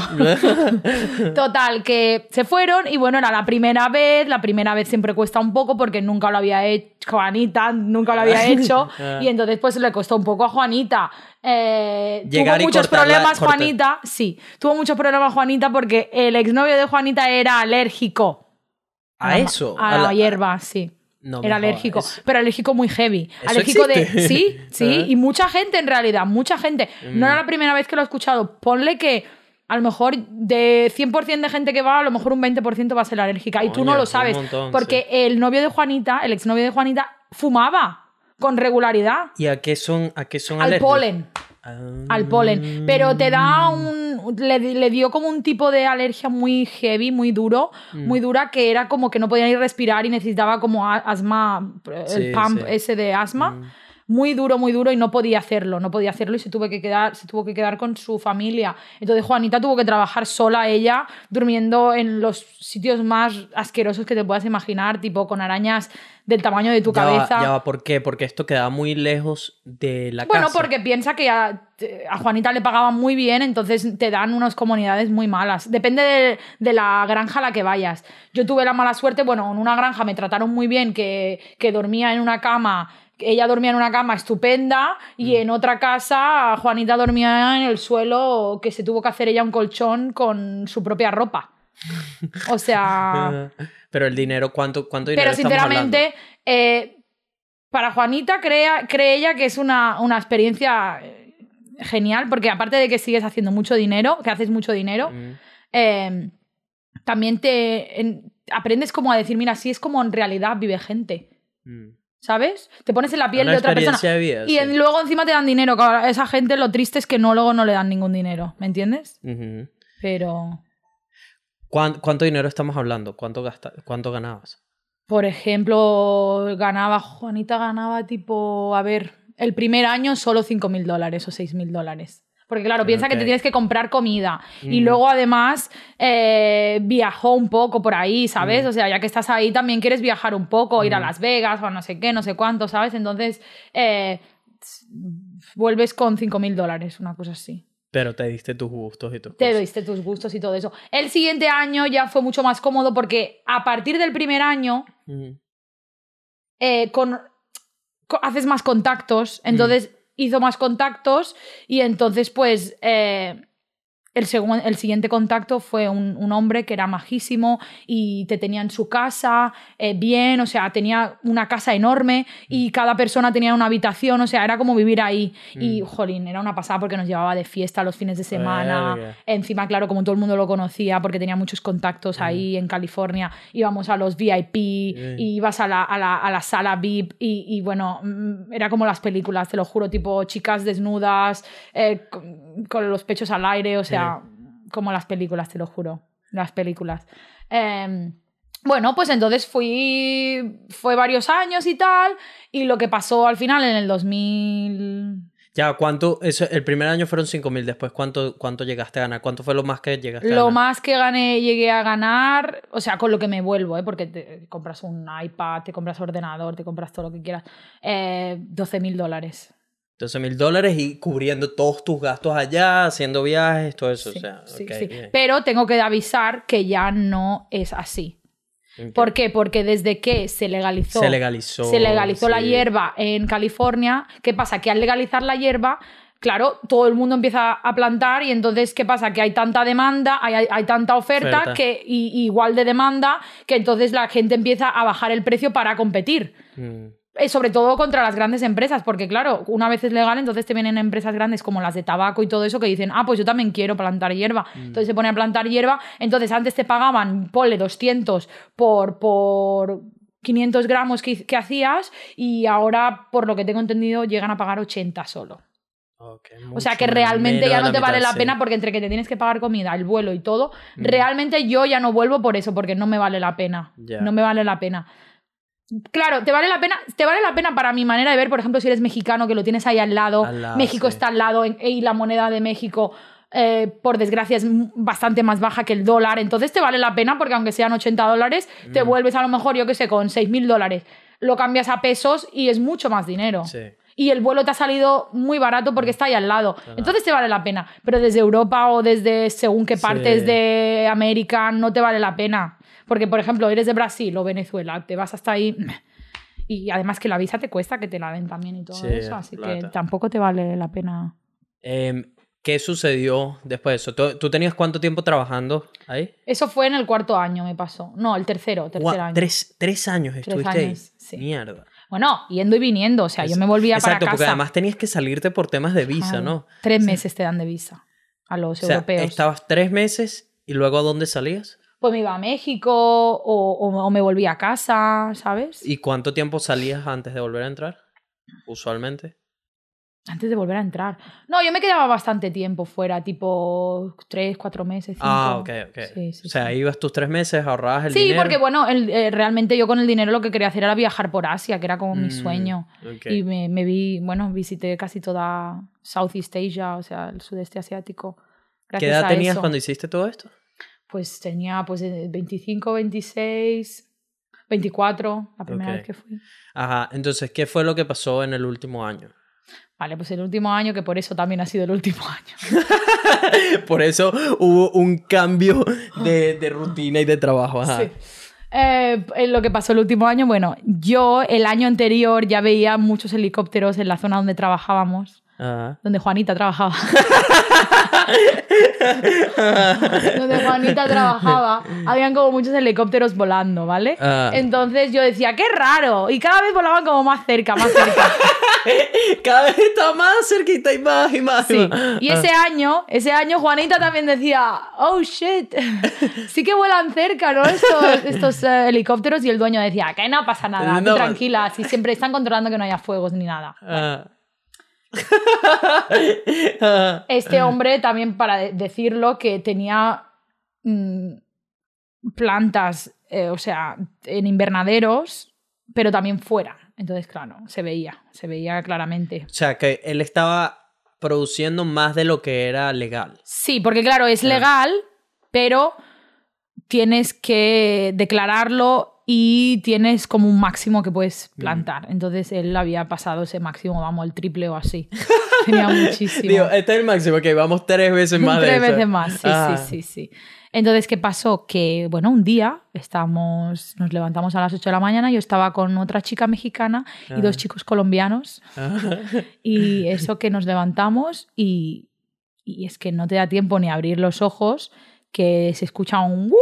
Total, que se fueron y bueno, era la primera vez siempre cuesta un poco porque nunca lo había hecho, Juanita nunca lo había hecho y entonces pues le costó un poco a Juanita. Tuvo muchos problemas Juanita, sí, tuvo muchos problemas Juanita porque el exnovio de Juanita era alérgico a eso, a la hierba, sí. No era alérgico, pero alérgico muy heavy. ¿Eso alérgico existe? Sí, y mucha gente en realidad, mucha gente. No era la primera vez que lo he escuchado. Ponle que a lo mejor de 100% de gente que va, a lo mejor un 20% va a ser alérgica. Y tú no lo sabes, porque el novio de Juanita, el exnovio de Juanita, fumaba con regularidad. ¿Y a qué son alérgicos? Al polen. Al polen. Pero te da le dio como un tipo de alergia muy heavy, muy duro, muy dura, que era como que no podía ni respirar y necesitaba como asma, el pump ese de asma. Muy duro y no podía hacerlo y se tuvo que quedar con su familia. Entonces Juanita tuvo que trabajar sola ella, durmiendo en los sitios más asquerosos que te puedas imaginar, tipo con arañas del tamaño de tu cabeza. Ya va, ¿por qué? Porque esto quedaba muy lejos de la casa. Bueno, porque piensa que a Juanita le pagaban muy bien, entonces te dan unas comunidades muy malas. Depende de la granja a la que vayas. Yo tuve la mala suerte, bueno, en una granja me trataron muy bien, que dormía en una cama. Ella dormía en una cama estupenda y en otra casa Juanita dormía en el suelo, que se tuvo que hacer ella un colchón con su propia ropa. O sea... Pero el dinero, ¿cuánto dinero pero estamos hablando? Sinceramente, para Juanita cree ella que es una experiencia genial, porque aparte de que sigues haciendo mucho dinero, que haces mucho dinero, también aprendes como a decir, mira, así es como en realidad vive gente. ¿Sabes? Te pones en la piel de otra persona. De vida, y luego encima te dan dinero. Esa gente, lo triste es que luego no le dan ningún dinero. ¿Me entiendes? Pero... ¿Cuánto dinero estamos hablando? ¿Cuánto ganabas? Por ejemplo, Juanita ganaba tipo... A ver, el primer año solo $5,000 o $6,000. Porque claro, piensa que te tienes que comprar comida. Y luego además viajó un poco por ahí, ¿sabes? O sea, ya que estás ahí también quieres viajar un poco, ir a Las Vegas o no sé qué, no sé cuánto, ¿sabes? Entonces vuelves con $5,000, una cosa así. Pero te diste tus gustos y tus Te cosas. diste tus gustos y todo eso. El siguiente año ya fue mucho más cómodo porque a partir del primer año haces más contactos, entonces... hizo más contactos y entonces pues el siguiente contacto fue un hombre que era majísimo y te tenía en su casa bien, o sea, tenía una casa enorme y cada persona tenía una habitación, o sea, era como vivir ahí y, jolín, era una pasada porque nos llevaba de fiesta los fines de semana, encima, claro, como todo el mundo lo conocía porque tenía muchos contactos ahí en California, íbamos a los VIP y ibas a la sala VIP y bueno, era como las películas, te lo juro, tipo chicas desnudas con los pechos al aire, o sea, como las películas, te lo juro, las películas. Bueno, pues entonces fue varios años y tal, y lo que pasó al final en el 2000... Ya, ¿cuánto? El primer año fueron 5.000, después ¿cuánto llegaste a ganar? ¿Cuánto fue lo más que llegaste a ganar? Lo más que llegué a ganar, o sea, con lo que me vuelvo, porque te compras un iPad, te compras ordenador, te compras todo lo que quieras, $12.000. $12.000 y cubriendo todos tus gastos allá, haciendo viajes, todo eso. Sí, o sea, sí, okay, sí. bien. Pero tengo que avisar que ya no es así. Okay. ¿Por qué? Porque desde que se legalizó la sí. hierba en California, ¿qué pasa? Que al legalizar la hierba, claro, todo el mundo empieza a plantar y entonces, ¿qué pasa? Que hay tanta demanda, hay tanta oferta. Y igual de demanda, que entonces la gente empieza a bajar el precio para competir. Sobre todo contra las grandes empresas, porque claro, una vez es legal, entonces te vienen empresas grandes como las de tabaco y todo eso que dicen, pues yo también quiero plantar hierba. Entonces se pone a plantar hierba, entonces antes te pagaban, ponle 200 por 500 gramos que hacías y ahora, por lo que tengo entendido, llegan a pagar 80 solo. Okay, o sea que realmente ya no te vale la pena porque entre que te tienes que pagar comida, el vuelo y todo, realmente yo ya no vuelvo por eso, porque no me vale la pena. No me vale la pena. Claro, te vale la pena para mi manera de ver, por ejemplo, si eres mexicano, que lo tienes ahí al lado, México está al lado y la moneda de México, por desgracia, es bastante más baja que el dólar, entonces te vale la pena porque aunque sean $80, te vuelves a lo mejor, yo qué sé, con $6.000, lo cambias a pesos y es mucho más dinero. Sí. Y el vuelo te ha salido muy barato porque está ahí al lado. Entonces te vale la pena. Pero desde Europa o desde según qué partes de América no te vale la pena. Porque, por ejemplo, eres de Brasil o Venezuela, te vas hasta ahí y además que la visa te cuesta que te la den también y todo eso, así que tampoco te vale la pena. ¿Qué sucedió después de eso? ¿Tú tenías cuánto tiempo trabajando ahí? Eso fue en el 4º año, me pasó. No, el tercer año. 3 años estuviste ahí. Sí. Mierda. Bueno, yendo y viniendo, o sea, yo me volvía para casa. Exacto, porque además tenías que salirte por temas de visa, ¿no? 3 meses te dan de visa a los europeos. Estabas 3 meses y luego ¿a dónde salías? Pues me iba a México o me volvía a casa, ¿sabes? ¿Y cuánto tiempo salías antes de volver a entrar? Usualmente. Antes de volver a entrar. No, yo me quedaba bastante tiempo fuera, tipo 3, 4 meses, 5. Ok. Sí, o sea, ibas tus 3 meses, ahorrabas el dinero. Sí, porque bueno, realmente yo con el dinero lo que quería hacer era viajar por Asia, que era como mi sueño. Y visité casi toda Southeast Asia, o sea, el sudeste asiático. ¿Qué edad tenías cuando hiciste todo esto? Pues tenía 25, 26, 24, la primera vez que fui. Ajá, entonces, ¿qué fue lo que pasó en el último año? Vale, pues el último año, que por eso también ha sido el último año. Por eso hubo un cambio de rutina y de trabajo. Ajá. Sí. Lo que pasó el último año, bueno, yo el año anterior ya veía muchos helicópteros en la zona donde trabajábamos. Donde Juanita trabajaba. Donde Juanita trabajaba, habían como muchos helicópteros volando, ¿vale? Entonces yo decía, ¡qué raro! Y cada vez volaban como más cerca, más cerca. Cada vez estaba más cerquita y más y más. Sí. Y ese año Juanita también decía, ¡oh, shit! Sí que vuelan cerca, ¿no? Estos helicópteros. Y el dueño decía, que no pasa nada, no, tranquila, si siempre están controlando que no haya fuegos ni nada. Bueno. Este hombre también, para decirlo, que tenía plantas, o sea, en invernaderos, pero también fuera. Entonces, claro, se veía claramente. O sea, que él estaba produciendo más de lo que era legal. Sí, porque claro, es legal, pero tienes que declararlo y tienes como un máximo que puedes plantar. Entonces él había pasado ese máximo, vamos, el triple o así. Tenía muchísimo. Digo, este es el máximo, que vamos 3 veces más de eso. 3 veces más, sí. Entonces, ¿qué pasó? Que, bueno, un día nos levantamos a las 8 de la mañana, yo estaba con otra chica mexicana y 2 chicos colombianos. Y eso que nos levantamos y es que no te da tiempo ni abrir los ojos, que se escucha un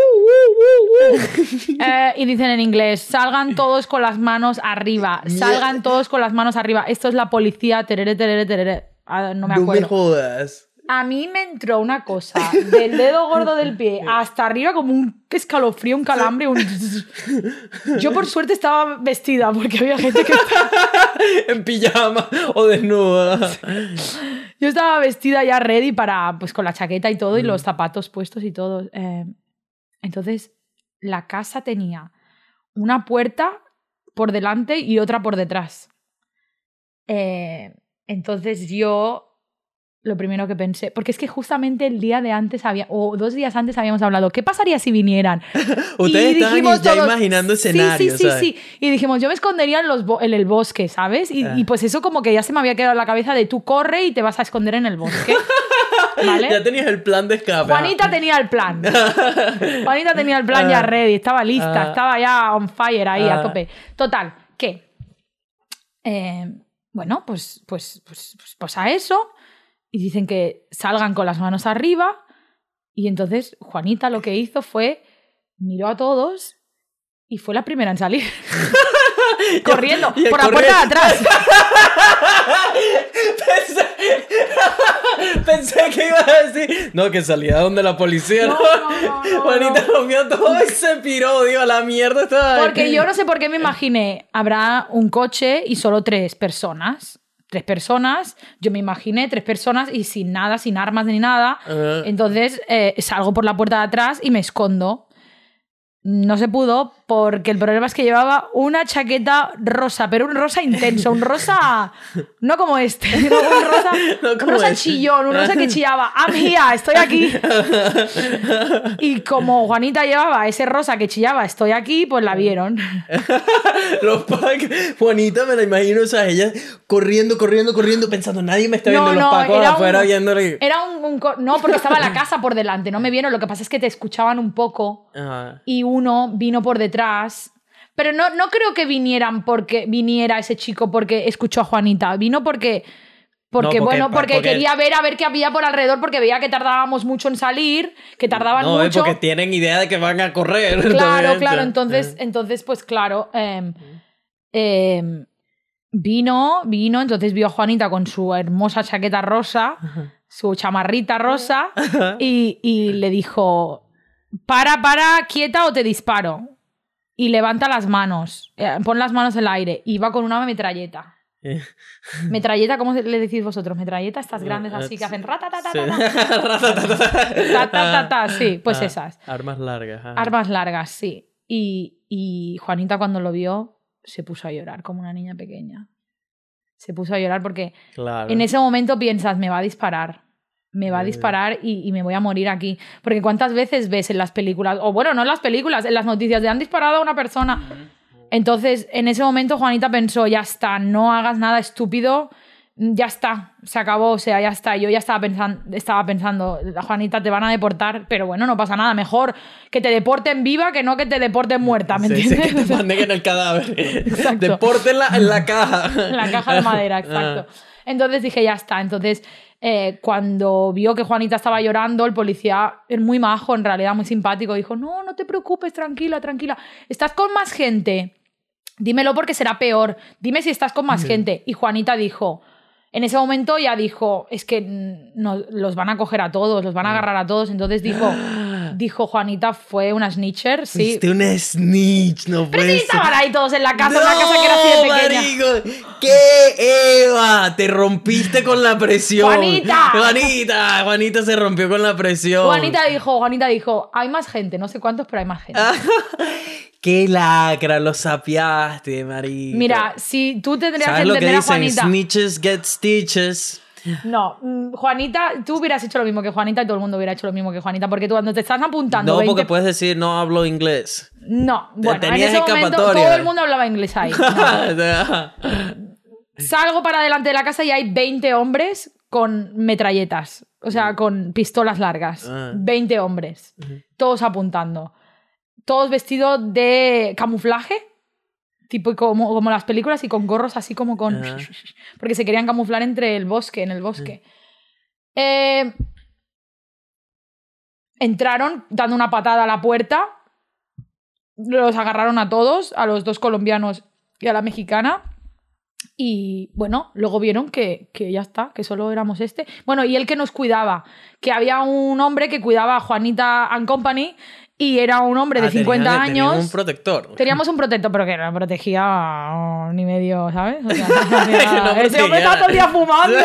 y dicen en inglés, salgan todos con las manos arriba, salgan todos con las manos arriba. Esto es la policía, terere. No me acuerdo. No me jodas. A mí me entró una cosa del dedo gordo del pie hasta arriba como un escalofrío, un calambre. Yo por suerte estaba vestida porque había gente que estaba en pijama o desnuda. Yo estaba vestida ya ready pues con la chaqueta y todo y los zapatos puestos y todo. Entonces la casa tenía una puerta por delante y otra por detrás. Entonces yo lo primero que pensé, porque es que justamente el día de antes o 2 días antes habíamos hablado, ¿qué pasaría si vinieran? Ustedes estaban ya imaginando escenarios. Sí. Y dijimos, yo me escondería en el bosque, ¿sabes? Y pues eso como que ya se me había quedado en la cabeza de tú corre y te vas a esconder en el bosque. ¿Vale? Ya tenías el plan de escape. Juanita tenía el plan. Juanita tenía el plan ya ready, estaba lista, estaba ya on fire ahí, a tope. Total, ¿qué? Bueno, pues a eso. Y dicen que salgan con las manos arriba. Y entonces Juanita lo que hizo fue miró a todos y fue la primera en salir. Corriendo por la puerta de atrás. Pensé que ibas a decir no, que salía donde la policía. No. Juanita lo vio todo y se piró, digo, la mierda estaba. Porque yo no sé por qué me imaginé, habrá un coche y solo 3 personas. 3 personas, yo me imaginé 3 personas y sin nada, sin armas ni nada. Entonces salgo por la puerta de atrás y me escondo. No se pudo porque el problema es que llevaba una chaqueta rosa, pero un rosa intenso, un rosa no como este, un rosa chillón, un rosa que chillaba, I'm here, estoy aquí. Y como Juanita llevaba ese rosa que chillaba, estoy aquí, pues la vieron. Juanita me la imagino, o sea, ella corriendo, pensando, nadie me está viendo, los pacos afuera viéndole. No, porque estaba la casa por delante, no me vieron, lo que pasa es que te escuchaban un poco. Y uno vino por detrás, pero no creo que viniera ese chico porque escuchó a Juanita, vino porque quería ver qué había por alrededor, porque veía que tardábamos mucho en salir, que tardaban mucho. Porque tienen idea de que van a correr. Claro, entonces pues claro, vino, entonces vio a Juanita con su hermosa chaqueta rosa, su chamarrita rosa, y le dijo: para, quieta o te disparo. Y levanta las manos, pon las manos en el aire. Y va con una metralleta. Metralleta, ¿cómo le decís vosotros? Metralleta, estas grandes así que hacen ratatatata. Sí, pues esas. Armas largas. Armas largas, sí. Y Juanita cuando lo vio se puso a llorar como una niña pequeña. Se puso a llorar porque en ese momento piensas, me va a disparar y me voy a morir aquí. Porque ¿cuántas veces ves en las películas, o bueno, no en las películas, en las noticias de han disparado a una persona? Entonces, en ese momento Juanita pensó, ya está, no hagas nada estúpido, ya está, se acabó, o sea, ya está. Yo ya estaba pensando, Juanita, te van a deportar, pero bueno, no pasa nada, mejor que te deporten viva que no que te deporten muerta, ¿me entiendes? Sí, que te manden en el cadáver. Exacto. Depórtenla en la caja. En la caja de madera, exacto. Entonces dije, ya está. Entonces, cuando vio que Juanita estaba llorando, el policía, es muy majo, en realidad muy simpático, dijo, no te preocupes, tranquila, estás con más gente, dímelo porque será peor, dime si estás con más gente. Y Juanita dijo, en ese momento ya dijo, es que no, los van a coger a todos, los van a agarrar a todos. Entonces dijo Juanita, fue una snitcher, sí. Fuiste una snitch, no puede ser. Pero sí estaban ahí todos en la casa, una casa que era así de pequeña. Marico, ¿qué, Eva? Te rompiste con la presión. Juanita se rompió con la presión. Juanita dijo, hay más gente, no sé cuántos, pero hay más gente. ¡Qué lacra! Lo sapiaste, marico. Mira, si tú tendrías que entender a Juanita... Snitches get stitches. No, Juanita, tú hubieras hecho lo mismo que Juanita y todo el mundo hubiera hecho lo mismo que Juanita, porque tú cuando te estás apuntando... No, porque puedes decir, no hablo inglés. No, bueno, en ese momento todo el mundo hablaba inglés ahí. No. Salgo para delante de la casa y hay 20 hombres con metralletas, o sea, con pistolas largas. 20 hombres, todos apuntando. Todos vestidos de camuflaje, tipo como las películas, y con gorros así como con... Porque se querían camuflar en el bosque. Entraron dando una patada a la puerta, los agarraron a todos, a los 2 colombianos y a la mexicana, y bueno, luego vieron que ya está, que solo éramos Bueno, y el que nos cuidaba, que había un hombre que cuidaba a Juanita and Company, y era un hombre de 50 años. Tenían un protector. Teníamos un protector, pero que no protegía ni medio, ¿sabes? O sea, ese hombre está todo el día fumando.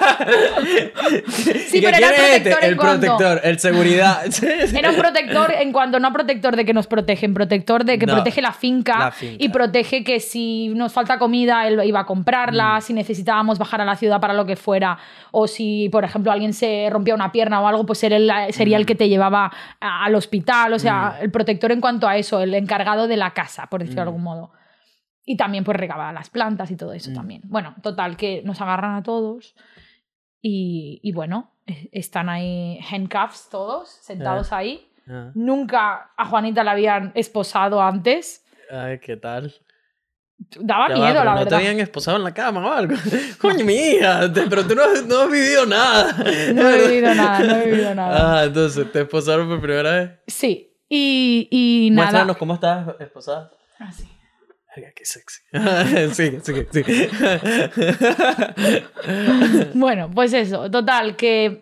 Sí, pero era protector el protector, el seguridad. Era un protector en cuanto, no protector de que nos protegen, protector de que protege la finca y protege que si nos falta comida, él iba a comprarla, si necesitábamos bajar a la ciudad para lo que fuera, o si, por ejemplo, alguien se rompía una pierna o algo, pues sería el que te llevaba al hospital. O sea, el protector en cuanto a eso, el encargado de la casa, por decirlo de algún modo. Y también pues regaba las plantas y todo eso también. Bueno, total, que nos agarran a todos y bueno, están ahí handcuffs todos, sentados ahí. Nunca a Juanita la habían esposado antes. Ay, ¿qué tal? Daba miedo, la verdad. ¿No te habían esposado en la cama o algo? Coño, mi hija, pero tú no has vivido nada. No he vivido nada. Ah, entonces, ¿te esposaron por primera vez? Sí, y nada. Muéstranos cómo estás esposada. Ah, sí. Verga, qué sexy. Sí. Bueno, pues eso, total, que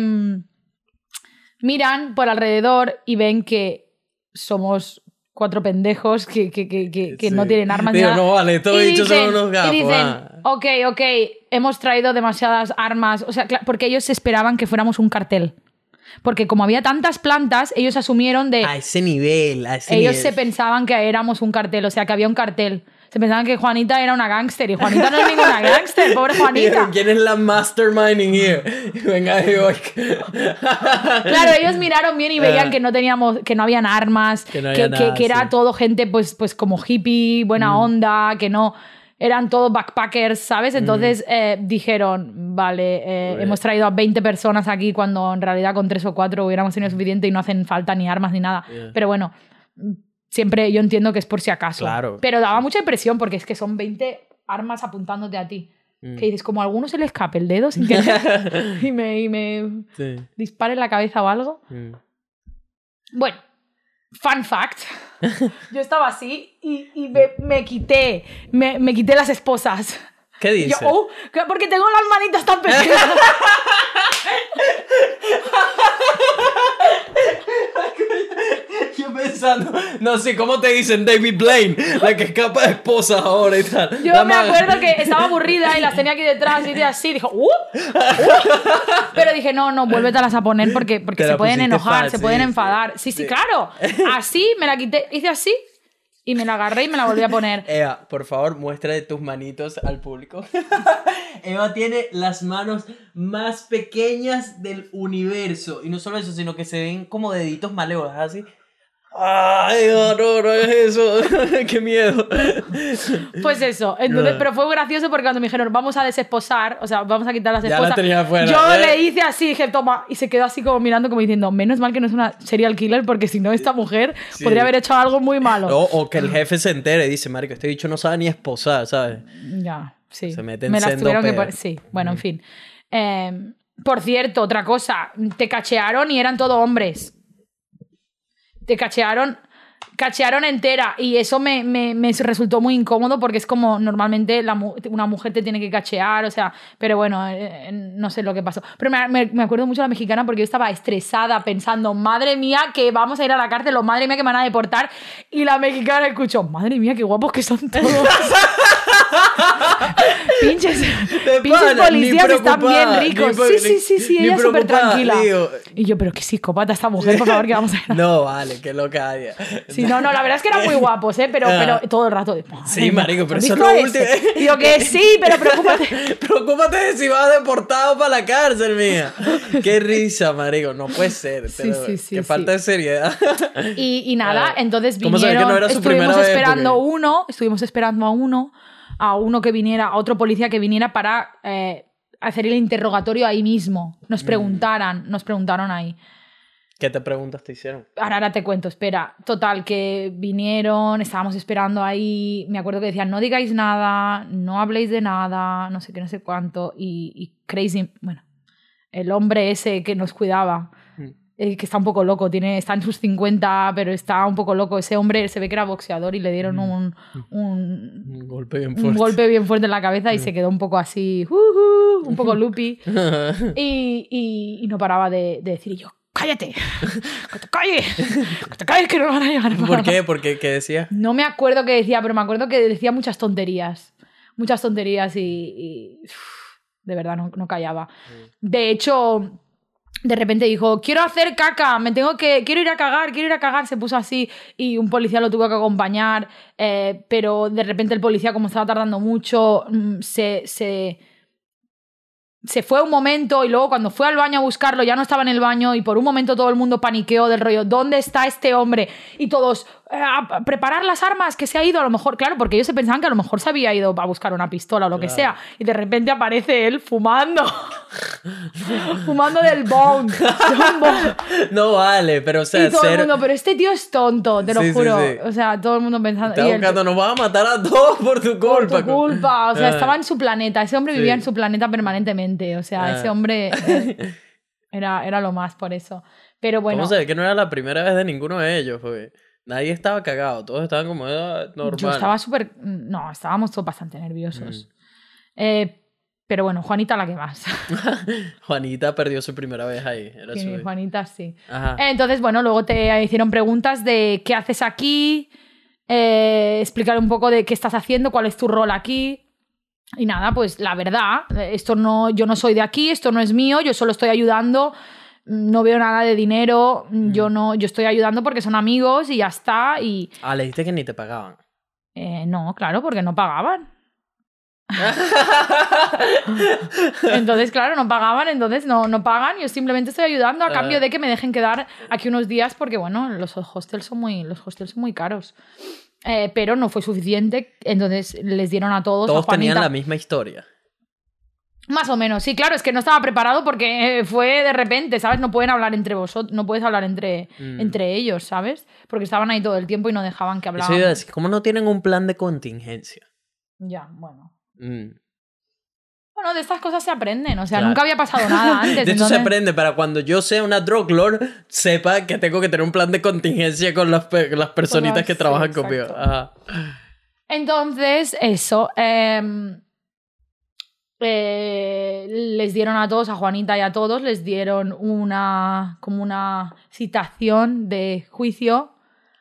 miran por alrededor y ven que somos 4 pendejos que no tienen armas. Digo, no vale, todos dichos son unos gafos. Y dicen, ok, hemos traído demasiadas armas. O sea, porque ellos esperaban que fuéramos un cartel. Porque como había tantas plantas, ellos asumieron de... A ese nivel. Ellos se pensaban que éramos un cartel, o sea, que había un cartel. Se pensaban que Juanita era una gángster y Juanita no es ninguna gángster, pobre Juanita. ¿Quién es la mastermind in here? Venga, Claro, ellos miraron bien y veían que no habían armas, que era todo gente pues como hippie, buena onda, que no... Eran todos backpackers, ¿sabes? Entonces dijeron, vale, hemos traído a 20 personas aquí cuando en realidad con 3 o 4 hubiéramos tenido suficiente y no hacen falta ni armas ni nada. Pero bueno, siempre yo entiendo que es por si acaso. Claro. Pero daba mucha impresión porque es que son 20 armas apuntándote a ti. Que dices, como a alguno se le escape el dedo sin querer y me dispare en la cabeza o algo. Bueno. Fun fact, yo estaba así y me quité las esposas. ¿Qué dices? Porque tengo las manitas tan pequeñas. Yo pensando, no sé, ¿cómo te dicen David Blaine? La que escapa de esposas ahora y tal. Yo me acuerdo que estaba aburrida y las tenía aquí detrás y así, dijo, pero dije, no, vuélvetelas a poner porque se pueden enojar, fácil, se pueden enfadar. Sí, claro. Así me la quité, hice así. Y me la agarré y me la volví a poner. Eva, por favor, muestra de tus manitos al público. Eva tiene las manos más pequeñas del universo. Y no solo eso, sino que se ven como deditos malévolos, así. ¡Ay, no es eso! ¡Qué miedo! Pues eso. Entonces, pero fue gracioso porque cuando me dijeron, vamos a desesposar, o sea, vamos a quitar las esposas. Ya la tenía afuera. Yo le hice así, dije, toma. Y se quedó así como mirando, como diciendo, menos mal que no es una serial killer, porque si no, esta mujer podría haber hecho algo muy malo. O que el jefe se entere y dice, marico, este bicho no sabe ni esposar, ¿sabes? Ya, sí. Se meten me las tuvieron que sí, bueno, en fin. Por cierto, otra cosa. Te cachearon y eran todo hombres. Te cachearon entera y eso me resultó muy incómodo porque es como normalmente una mujer te tiene que cachear, o sea, pero bueno, no sé lo que pasó. Pero me acuerdo mucho de la mexicana porque yo estaba estresada pensando, madre mía, que vamos a ir a la cárcel o madre mía que me van a deportar, y la mexicana escuchó, madre mía, qué guapos que son todos. pinches policías están bien ricos. Sí, ella es súper tranquila. Y yo, pero qué psicópata esta mujer, por favor, que vamos a ir. No, vale, qué loca. Sí, no, la verdad es que eran muy guapos, pero todo el rato. Sí, marico, pero eso es lo último. Y yo que sí, pero preocúpate. Preocúpate de si vas deportado para la cárcel, mía. Qué risa, marico, no puede ser. Sí, qué falta de seriedad. Y nada, entonces vinieron, estuvimos esperando a uno que viniera, a otro policía que viniera para hacer el interrogatorio ahí mismo. Nos preguntaron ahí. ¿Qué te preguntas te hicieron? Ahora te cuento, espera. Total, que vinieron, estábamos esperando ahí. Me acuerdo que decían, no digáis nada, no habléis de nada, no sé qué, no sé cuánto. Y Crazy, bueno, el hombre ese que nos cuidaba, que está un poco loco, está en sus 50, pero está un poco loco. Ese hombre se ve que era boxeador y le dieron un golpe bien fuerte. Un golpe bien fuerte en la cabeza y se quedó un poco así, un poco loopy. y no paraba de decir yo, ¡cállate! ¡Que te calles! ¡Que te calles que no van a llegar! ¿Por qué? ¿Qué decía? No me acuerdo qué decía, pero me acuerdo que decía muchas tonterías. Muchas tonterías y de verdad no callaba. De hecho, de repente dijo, quiero hacer caca, quiero ir a cagar, se puso así y un policía lo tuvo que acompañar, pero de repente el policía, como estaba tardando mucho, se fue un momento y luego cuando fue al baño a buscarlo ya no estaba en el baño y por un momento todo el mundo paniqueó del rollo, ¿dónde está este hombre? Y todos, a preparar las armas, que se ha ido a lo mejor, claro, porque ellos se pensaban que a lo mejor se había ido a buscar una pistola o lo que sea, y de repente aparece él fumando fumando del bong. No vale, pero o sea, y todo el mundo, pero este tío es tonto, te lo juro. Sí. O sea, todo el mundo pensando... Está buscando, nos va a matar a todos por tu culpa. Por tu culpa, o sea, estaba en su planeta, ese hombre vivía en su planeta permanentemente, o sea, ese hombre era lo más por eso. Pero bueno... ¿Cómo sé? Que no era la primera vez de ninguno de ellos, porque nadie estaba cagado, todos estaban como normal. Yo estaba súper... No, estábamos todos bastante nerviosos. Pero bueno, Juanita la que más. Juanita perdió su primera vez ahí. Sí, Juanita sí. Ajá. Entonces, bueno, luego te hicieron preguntas de qué haces aquí, explicar un poco de qué estás haciendo, cuál es tu rol aquí. Y nada, pues la verdad, yo no soy de aquí, esto no es mío, yo solo estoy ayudando, no veo nada de dinero, yo estoy ayudando porque son amigos y ya está. Y... le dijiste que ni te pagaban. No, claro, porque no pagaban. Entonces, claro, no pagaban, entonces no pagan. Yo simplemente estoy ayudando a cambio de que me dejen quedar aquí unos días porque, bueno, los hostels son muy caros. Pero no fue suficiente, entonces les dieron a todos. Todos tenían la misma historia. Más o menos, sí, claro, es que no estaba preparado porque fue de repente, ¿sabes? No pueden hablar entre vosotros, no puedes hablar entre ellos, ¿sabes? Porque estaban ahí todo el tiempo y no dejaban que hablaran. Eso iba a decir, ¿cómo no tienen un plan de contingencia? Ya, bueno. Bueno, de estas cosas se aprenden, o sea, claro. Nunca había pasado nada antes. De esto se aprende para cuando yo sea una drug lord, sepa que tengo que tener un plan de contingencia con las personitas que trabajan conmigo. Ajá. Entonces, eso. Les dieron a todos, a Juanita y a todos, les dieron como una citación de juicio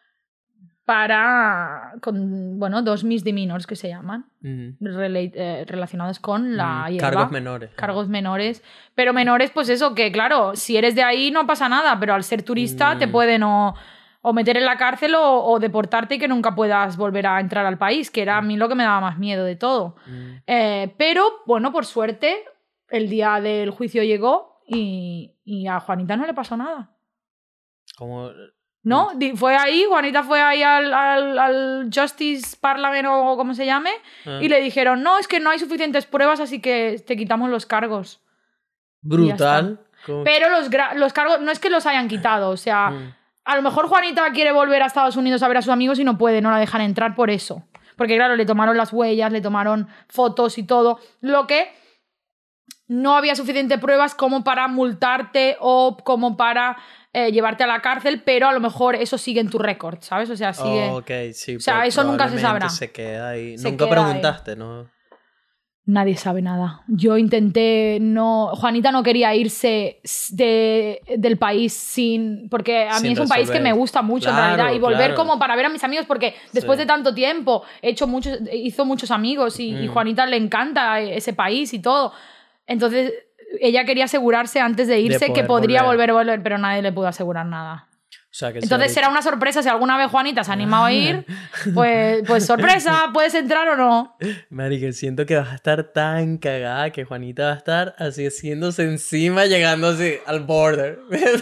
con 2 misdemeanors que se llaman, relacionados con la hierba. Cargos menores. Cargos menores. Pero menores, pues eso, que claro, si eres de ahí no pasa nada, pero al ser turista te pueden o meter en la cárcel o deportarte y que nunca puedas volver a entrar al país, que era a mí lo que me daba más miedo de todo. Pero, bueno, por suerte, el día del juicio llegó y a Juanita no le pasó nada. ¿Cómo...? ¿No? Fue ahí, Juanita fue ahí al Justice Parliament o como se llame y le dijeron, no, es que no hay suficientes pruebas, así que te quitamos los cargos. Brutal. Pero los cargos no es que los hayan quitado, o sea, a lo mejor Juanita quiere volver a Estados Unidos a ver a sus amigos y no puede, no la dejan entrar por eso. Porque claro, le tomaron las huellas, le tomaron fotos y todo, lo que no había suficientes pruebas como para multarte o como para... llevarte a la cárcel, pero a lo mejor eso sigue en tu récord, ¿sabes? O sea, sigue... Okay, sí, o sea, eso nunca se sabrá. Se queda ahí. Nunca preguntaste, ¿no? Nadie sabe nada. Yo intenté... Juanita no quería irse del país porque a mí es un país que me gusta mucho, claro, en realidad, y volver como para ver a mis amigos, porque después de tanto tiempo hizo muchos amigos y Juanita le encanta ese país y todo. Entonces... Ella quería asegurarse antes de irse que podría volver, pero nadie le pudo asegurar nada. O sea, que entonces será una sorpresa si alguna vez Juanita se ha animado a ir, pues sorpresa, puedes entrar o no. Marica, siento que vas a estar tan cagada que Juanita va a estar así haciéndose encima, llegando así al border.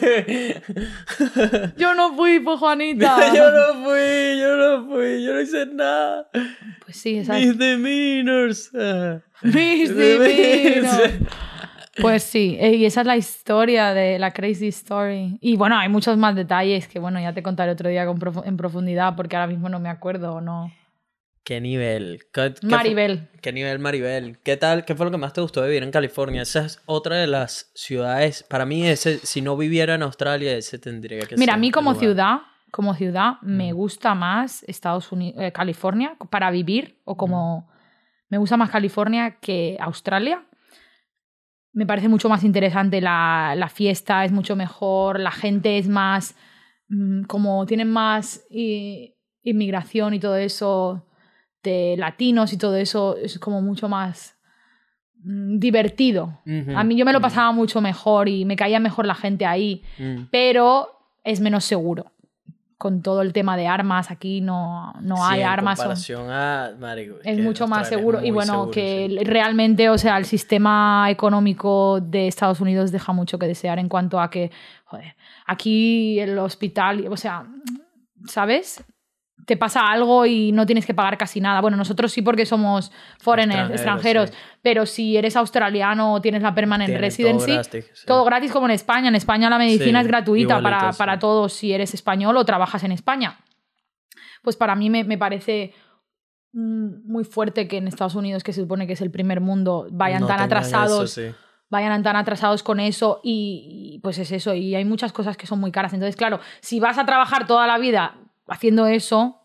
Yo no fui, pues Juanita. Yo no hice nada. Pues sí, exacto. Misdemeanors. Misdemeanors. Pues sí, y esa es la historia de la Crazy Story. Y bueno, hay muchos más detalles que bueno, ya te contaré otro día en profundidad porque ahora mismo no me acuerdo o no. ¿Qué nivel? Maribel. ¿Qué nivel Maribel? ¿Qué tal? ¿Qué fue lo que más te gustó de vivir en California? Esa es otra de las ciudades, para mí si no viviera en Australia, ese tendría que ser. Mira, a mí como ciudad me gusta más California para vivir, o como me gusta más California que Australia. me parece mucho más interesante la fiesta, es mucho mejor, la gente es más, como tienen más inmigración y todo eso, de latinos y todo eso, es como mucho más divertido. A mí yo me lo pasaba mucho mejor y me caía mejor la gente ahí, pero es menos seguro. Con todo el tema de armas, aquí no hay armas. En comparación a marico, es mucho más seguro. Y bueno, seguro, que sí. realmente, o sea, el sistema económico de Estados Unidos deja mucho que desear en cuanto a que, joder, aquí el hospital, o sea, ¿sabes? Te pasa algo y no tienes que pagar casi nada. Bueno, nosotros sí porque somos foreigners, extranjeros, sí. Pero si eres australiano o tienes la permanent residency, todo gratis como en España. En España la medicina es gratuita para todos si eres español o trabajas en España. Pues para mí me parece muy fuerte que en Estados Unidos, que se supone que es el primer mundo, vayan tan atrasados. Eso, sí. Vayan tan atrasados con eso y pues es eso. Y hay muchas cosas que son muy caras. Entonces, claro, si vas a trabajar toda la vida haciendo eso,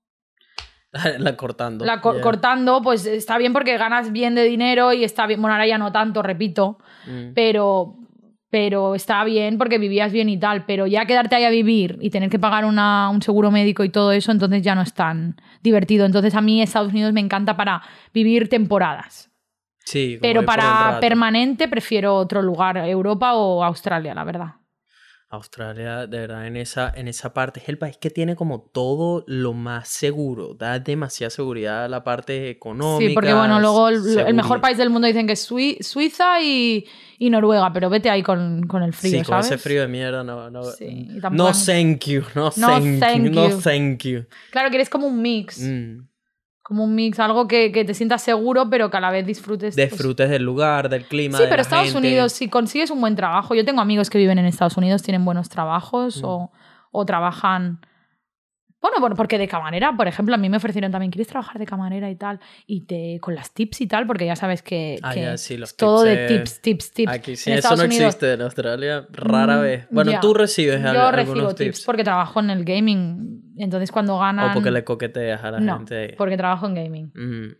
cortando, pues está bien porque ganas bien de dinero y está bien, bueno, ahora ya no tanto, repito, pero está bien porque vivías bien y tal, pero ya quedarte ahí a vivir y tener que pagar un seguro médico y todo eso, entonces ya no es tan divertido. Entonces a mí Estados Unidos me encanta para vivir temporadas. Sí, pero para permanente prefiero otro lugar, Europa o Australia, la verdad. Australia, de verdad, en esa parte es el país que tiene como todo lo más seguro, da demasiada seguridad a la parte económica. Sí, porque bueno, luego el mejor país del mundo dicen que es Suiza y Noruega, pero vete ahí con el frío, sí, ¿sabes? Sí, con ese frío de mierda, no. Sí, no thank you, no thank you. Claro, quieres como un mix. Como un mix, algo que te sientas seguro, pero que a la vez disfrutes. Disfrutes del lugar, del clima, sí, de pero la Estados gente. Unidos, si consigues un buen trabajo. Yo tengo amigos que viven en Estados Unidos, tienen buenos trabajos o trabajan. Bueno, porque de camarera, por ejemplo, a mí me ofrecieron también, ¿quieres trabajar de camarera y tal? Y con las tips y tal, porque ya sabes que ya, sí, los todo tips, de tips. Aquí sí, eso no Unidos, existe en Australia, rara vez. Bueno, tú recibes algunos tips. Yo recibo tips porque trabajo en el gaming, entonces cuando ganan... O porque le coqueteas a la gente. No, porque trabajo en gaming.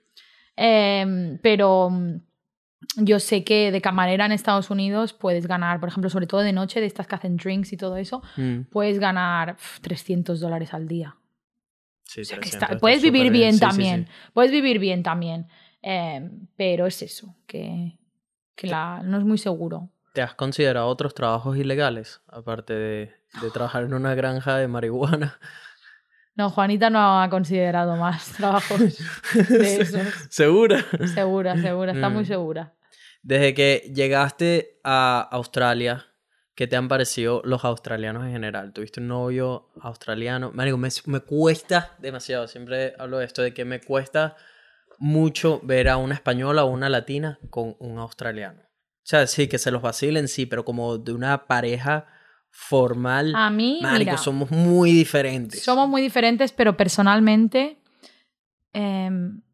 Pero yo sé que de camarera en Estados Unidos puedes ganar, por ejemplo, sobre todo de noche, de estas que hacen drinks y todo eso, puedes ganar $300 al día. Sí, o sea, puedes vivir bien también. Sí. Puedes vivir bien también. Pero es eso, que no es muy seguro. ¿Te has considerado otros trabajos ilegales? Aparte de trabajar en una granja de marihuana. No, Juanita no ha considerado más trabajos de esos. ¿Segura? Segura, está muy segura. Desde que llegaste a Australia, ¿qué te han parecido los australianos en general? ¿Tuviste un novio australiano? Marico, me cuesta demasiado, siempre hablo de esto, de que me cuesta mucho ver a una española o una latina con un australiano. O sea, sí, que se los vacilen, sí, pero como de una pareja formal, a mí, marico, mira, somos muy diferentes. Somos muy diferentes, pero personalmente a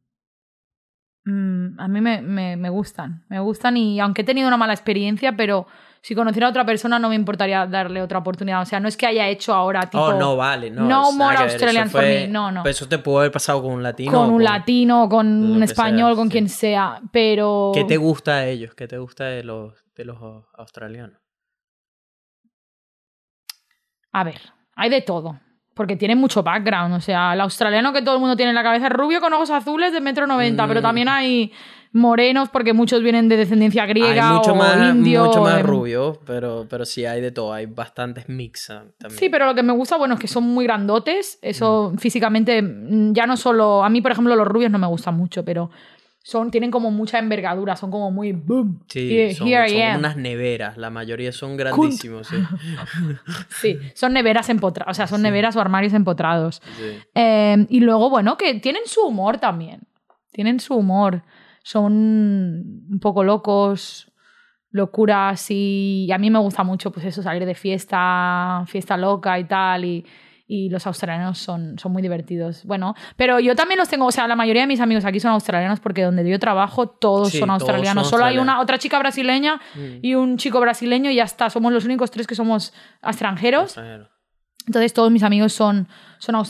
mí me gustan. Me gustan y aunque he tenido una mala experiencia, pero si conociera a otra persona no me importaría darle otra oportunidad. O sea, no es que haya hecho ahora tipo... Oh, no, vale. No more Australian for me. No. Pues eso te puede haber pasado con un latino. Con un latino, con un español, con quien sea, pero... ¿Qué te gusta de ellos? ¿Qué te gusta de los australianos? A ver, hay de todo. Porque tienen mucho background. O sea, el australiano que todo el mundo tiene en la cabeza es rubio con ojos azules de 1,90 m. Pero también hay morenos porque muchos vienen de descendencia griega o indio. Mucho más rubio, pero sí hay de todo. Hay bastantes mix también. Sí, pero lo que me gusta, bueno, es que son muy grandotes. Eso físicamente, ya no solo... A mí, por ejemplo, los rubios no me gustan mucho, pero... tienen como mucha envergadura, son como muy boom. Sí, son unas neveras, la mayoría son grandísimos. Sí. Sí, son neveras empotradas, o sea, son neveras o armarios empotrados. Sí. Y luego, bueno, que tienen su humor también. Tienen su humor. Son un poco locos, locuras y a mí me gusta mucho, pues eso, salir de fiesta loca y tal y los australianos son muy divertidos. Bueno, pero yo también los tengo, o sea, la mayoría de mis amigos aquí son australianos porque donde yo trabajo todos son australianos. Solo hay otra chica brasileña y un chico brasileño y ya está. Somos los únicos 3 que somos extranjeros. Entonces todos mis amigos son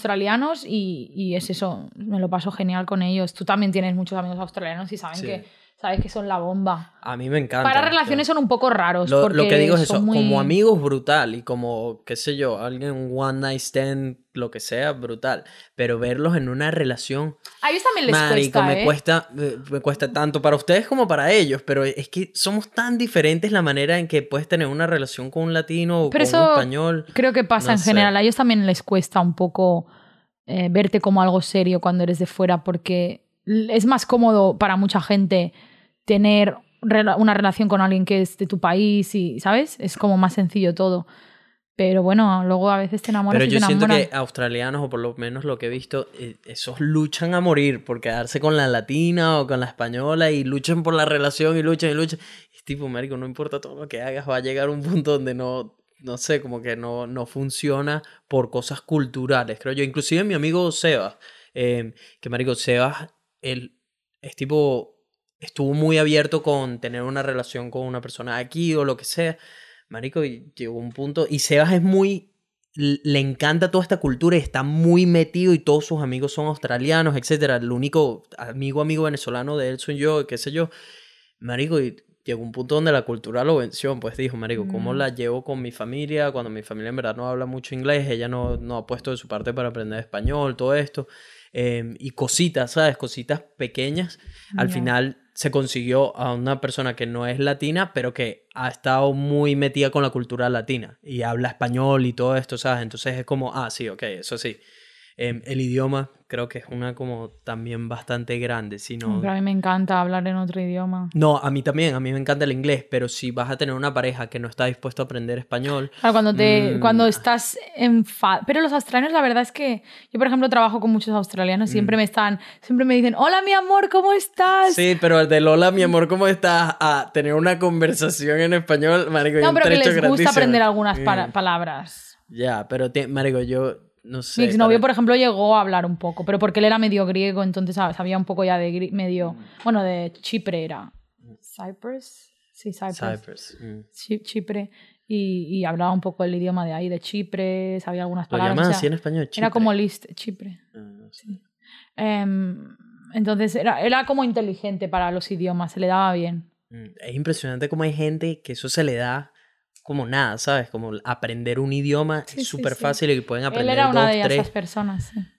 australianos y es eso, me lo paso genial con ellos. Tú también tienes muchos amigos australianos y saben que sabes que son la bomba. A mí me encanta. Para relaciones son un poco raros. Lo que digo es eso, muy... como amigos brutal y como, qué sé yo, alguien, un one night stand, lo que sea, brutal. Pero verlos en una relación... A ellos también les marico, cuesta, me cuesta tanto para ustedes como para ellos, pero es que somos tan diferentes la manera en que puedes tener una relación con un latino o pero con un eso español. creo que pasa en general. A ellos también les cuesta un poco verte como algo serio cuando eres de fuera, porque es más cómodo para mucha gente tener una relación con alguien que es de tu país y, ¿sabes? Es como más sencillo todo. Pero bueno, luego a veces te enamoras y te enamoras. Pero yo siento que australianos, o por lo menos lo que he visto, esos luchan a morir por quedarse con la latina o con la española y luchan por la relación y luchan y luchan. Es tipo, marico, no importa todo lo que hagas, va a llegar un punto donde no sé, como que no funciona por cosas culturales, creo yo. Inclusive mi amigo Sebas, que marico, Sebas, él es tipo... Estuvo muy abierto con tener una relación con una persona aquí o lo que sea. Marico, y llegó un punto... Y Sebas es muy... Le encanta toda esta cultura y está muy metido y todos sus amigos son australianos, etcétera. El único amigo venezolano de él soy yo, qué sé yo. Marico, y llegó un punto donde la cultura lo venció. Pues dijo, marico, ¿cómo la llevo con mi familia? Cuando mi familia en verdad no habla mucho inglés, ella no ha puesto de su parte para aprender español, todo esto. Y cositas, ¿sabes? Cositas pequeñas. Al final se consiguió a una persona que no es latina, pero que ha estado muy metida con la cultura latina y habla español y todo esto, ¿sabes? Entonces es como, sí, ok, eso sí. El idioma creo que es una como también bastante grande. Pero a mí me encanta hablar en otro idioma. No, a mí también, a mí me encanta el inglés, pero si vas a tener una pareja que no está dispuesta a aprender español... Claro, cuando estás Pero los australianos, la verdad es que... Yo, por ejemplo, trabajo con muchos australianos, siempre me dicen, hola, mi amor, ¿cómo estás? Sí, pero el del hola, mi amor, ¿cómo estás? A tener una conversación en español, marico, no, un pero que trecho les gusta grandísimo. aprender algunas palabras. Ya, pero, marico, yo no sé. Mi exnovio, por ejemplo, llegó a hablar un poco, pero porque él era medio griego, entonces sabía un poco ya de medio... Bueno, de Chipre era. ¿Cyprus? Sí, Cyprus. Chipre. Y hablaba un poco el idioma de ahí, de Chipre, sabía algunas palabras. ¿Lo llaman así en español? ¿Chipre? Era como Chipre. No sé. Sí. Entonces era como inteligente para los idiomas, se le daba bien. Es impresionante cómo hay gente que eso se le da como nada, ¿sabes? Como aprender un idioma es súper fácil y pueden aprender Él era una de 2, 3. esas personas, sí.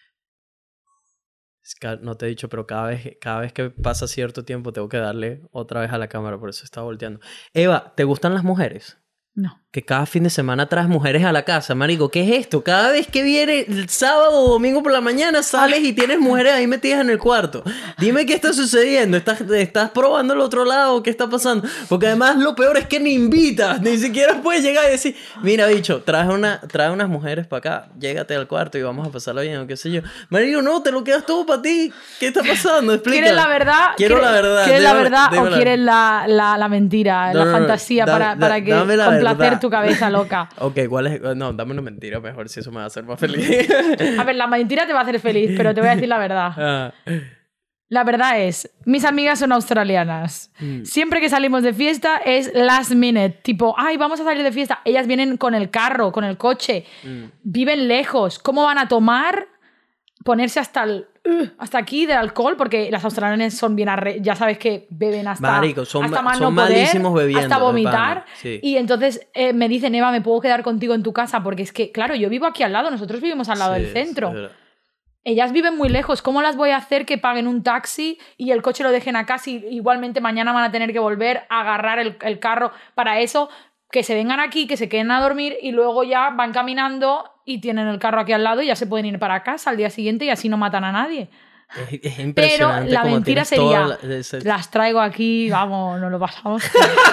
Es que no te he dicho, pero cada vez que pasa cierto tiempo tengo que darle otra vez a la cámara, por eso estaba volteando. Eva, ¿te gustan las mujeres? No. Que cada fin de semana traes mujeres a la casa, marico. ¿Qué es esto? Cada vez que viene el sábado o domingo por la mañana sales y tienes mujeres ahí metidas en el cuarto. Dime qué está sucediendo. ¿Estás probando el otro lado? ¿Qué está pasando? Porque además lo peor es que ni invitas. Ni siquiera puedes llegar y decir, mira, bicho, trae unas mujeres para acá. Llégate al cuarto y vamos a pasarlo bien o qué sé yo. Marico, no, te lo quedas todo para ti. ¿Qué está pasando? Explica. ¿Quieres la verdad? Quiero la verdad. ¿Quieres la verdad o quieres la mentira, la fantasía para que complacer tu cabeza loca? Ok, ¿cuál es? No, dame una mentira mejor, si eso me va a hacer más feliz. A ver, la mentira te va a hacer feliz, pero te voy a decir la verdad. La verdad es, mis amigas son australianas. Siempre que salimos de fiesta es last minute. Tipo, ay, vamos a salir de fiesta. Ellas vienen con el carro, con el coche. Viven lejos. ¿Cómo van a tomar? Ponerse hasta aquí del alcohol, porque las australianas son bien ya sabes que beben hasta, marico, son más son no poder, malísimos bebiendo, hasta vomitar. Sí. Y entonces me dicen, Eva, ¿me puedo quedar contigo en tu casa? Porque es que, claro, yo vivo aquí al lado, nosotros vivimos al lado del centro. Ellas viven muy lejos. ¿Cómo las voy a hacer que paguen un taxi y el coche lo dejen acá si igualmente mañana van a tener que volver a agarrar el carro para eso? Que se vengan aquí, que se queden a dormir y luego ya van caminando y tienen el carro aquí al lado y ya se pueden ir para casa al día siguiente y así no matan a nadie. Es impresionante. Pero la mentira sería, ese... las traigo aquí, vamos, nos lo pasamos.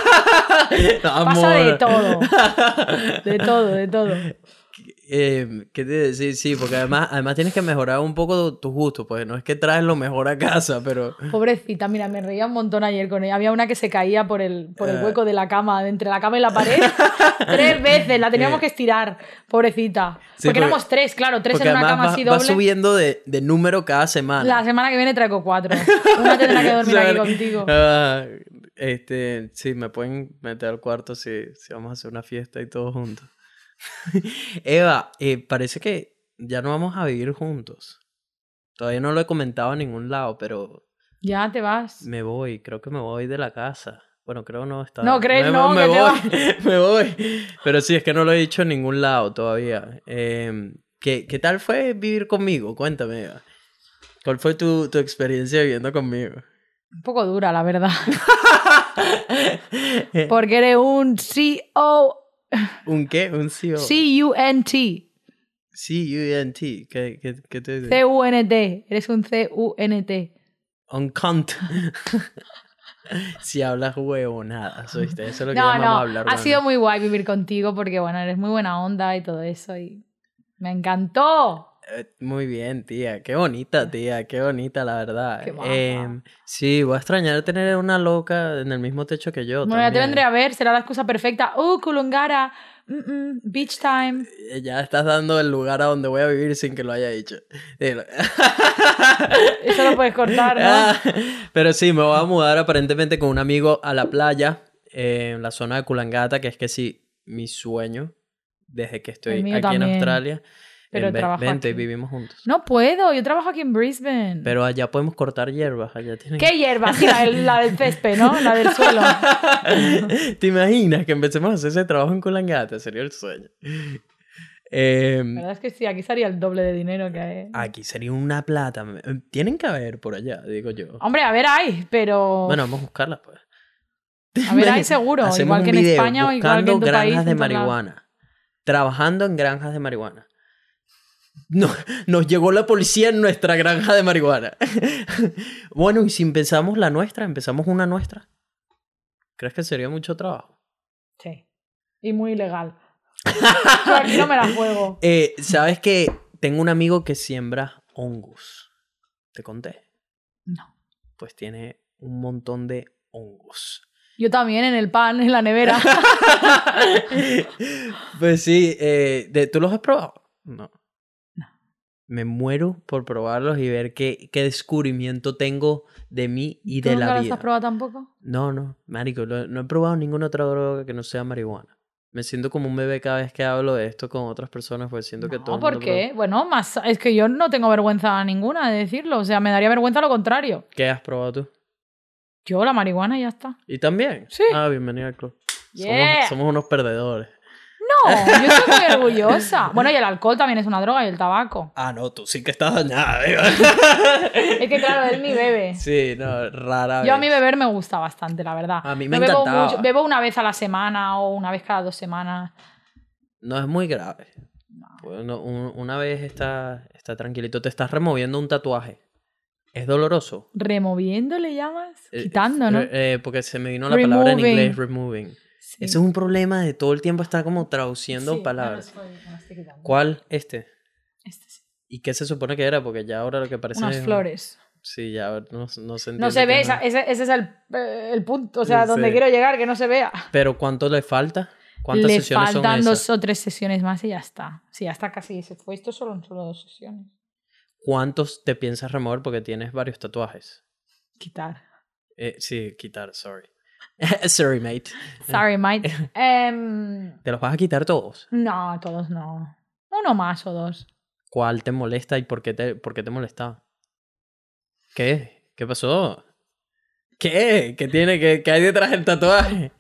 Pasa de todo. De todo. ¿Qué te decir? Sí, porque además tienes que mejorar un poco tus gustos, pues no es que traes lo mejor a casa, pero... Pobrecita, mira, me reía un montón ayer con ella. Había una que se caía por el hueco de la cama, de entre la cama y la pared. 3 veces, la teníamos que estirar, pobrecita. Sí, porque éramos 3, claro, 3 en una cama así doble. Va subiendo de número cada semana. La semana que viene traigo 4. Una tendrá que dormir aquí contigo. Sí, me pueden meter al cuarto si vamos a hacer una fiesta y todos juntos. Eva, parece que ya no vamos a vivir juntos. Todavía no lo he comentado en ningún lado, pero Ya te vas. Creo que me voy de la casa. Bueno, creo no está. No crees, me, no, me que voy, te vas. me voy. Pero sí, es que no lo he dicho en ningún lado todavía. ¿Qué tal fue vivir conmigo? Cuéntame. Eva. ¿Cuál fue tu experiencia viviendo conmigo? Un poco dura, la verdad. Porque eres un C-O... ¿Un qué? ¿Un CO? C-U-N-T. C-U-N-T. ¿Qué te dice? C-U-N-T. Eres un C-U-N-T. Un cunt. Si hablas huevonadas, ¿oíste? Eso es lo que llamamos hablar. Ha sido muy guay vivir contigo porque, bueno, eres muy buena onda y todo eso y me encantó. Muy bien, tía. Qué bonita, tía. Qué bonita, la verdad. Qué maja. Sí, voy a extrañar tener una loca en el mismo techo que yo. Bueno, también. ya te vendré a ver, será la excusa perfecta. Kulungara, beach time. Ya estás dando el lugar a donde voy a vivir sin que lo haya dicho. Dilo. Eso lo puedes cortar, ¿no? Pero sí, me voy a mudar aparentemente con un amigo a la playa, en la zona de Coolangatta, que es que sí, mi sueño, desde que estoy El mío aquí también. en Australia. Pero trabajo Vente, aquí. vivimos juntos. No puedo, yo trabajo aquí en Brisbane. Pero allá podemos cortar hierbas. Allá tienen... ¿Qué hierba? Sí, la del césped, ¿no? La del suelo. ¿Te imaginas que empecemos a hacer ese trabajo en Coolangatta? Sería el sueño. La verdad es que sí, aquí sería el doble de dinero que hay. Aquí sería una plata. Tienen que haber por allá, digo yo. Hombre, a ver, hay, pero... Bueno, vamos a buscarlas, pues. A ver, hay seguro. Hacemos Igual que un en video España o igual que en tu buscando país. granjas de en todos lados. marihuana. Trabajando en granjas de marihuana. No, nos llegó la policía en nuestra granja de marihuana. Bueno, y si empezamos la nuestra, empezamos una nuestra. ¿Crees que sería mucho trabajo? Sí. Y muy ilegal. Yo aquí no me la juego. ¿Sabes que tengo un amigo que siembra hongos? ¿Te conté? No. Pues tiene un montón de hongos. Yo también, en el pan, en la nevera. Pues sí, ¿tú los has probado? No. Me muero por probarlos y ver qué descubrimiento tengo de mí y de la ¿Tú nunca vida. los has probado tampoco? No, marico, no he probado ninguna otra droga que no sea marihuana. Me siento como un bebé cada vez que hablo de esto con otras personas, pues siento que todo el ¿por mundo qué? Bueno, es que yo no tengo vergüenza ninguna de decirlo. O sea, me daría vergüenza lo contrario. ¿Qué has probado tú? Yo, la marihuana y ya está. ¿Y también? Sí. Bienvenido al club. Yeah. Somos unos perdedores. No, yo estoy muy orgullosa. Bueno, y el alcohol también es una droga y el tabaco. No, tú sí que estás dañada. Es que claro, él ni bebe. Sí, no, rara vez. Yo a mí beber me gusta bastante, la verdad. A mí me bebo encantaba. mucho. Bebo una vez a la semana o una vez cada 2 semanas. No es muy grave. Pues una vez está tranquilito. Te estás removiendo un tatuaje. ¿Es doloroso? ¿Removiendo le llamas? Quitando, ¿no? Porque se me vino la palabra en inglés, removing. Sí. Eso es un problema de todo el tiempo estar como traduciendo palabras. ¿Cuál? Este Sí. ¿Y qué se supone que era? Porque ya ahora lo que parece... Unas flores. Sí, ya no se entiende. No se ve, ese es el punto, o sea, donde quiero llegar, que no se vea. ¿Pero cuánto le falta? ¿Cuántas sesiones son esas? Le faltan 2 o 3 sesiones más y ya está. Sí, ya está casi, se fue esto solo 2 sesiones. ¿Cuántos te piensas remover? Porque tienes varios tatuajes. Quitar. Sí, quitar, sorry. Sorry, mate. Sorry, mate. ¿Te los vas a quitar todos? No, todos no. 1 más o 2. ¿Cuál te molesta y por qué te molesta? ¿Qué? ¿Qué pasó? ¿Qué? ¿Qué hay detrás del tatuaje?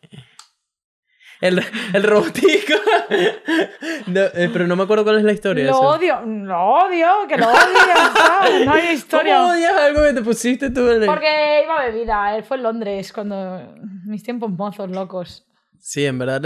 El robotico. No, pero no me acuerdo cuál es la historia. Lo odio, que lo odio, ya está. No hay historia. ¿Cómo odias algo que te pusiste tú? Porque iba bebida. Él fue en Londres cuando... Mis tiempos mozos locos. Sí, en verdad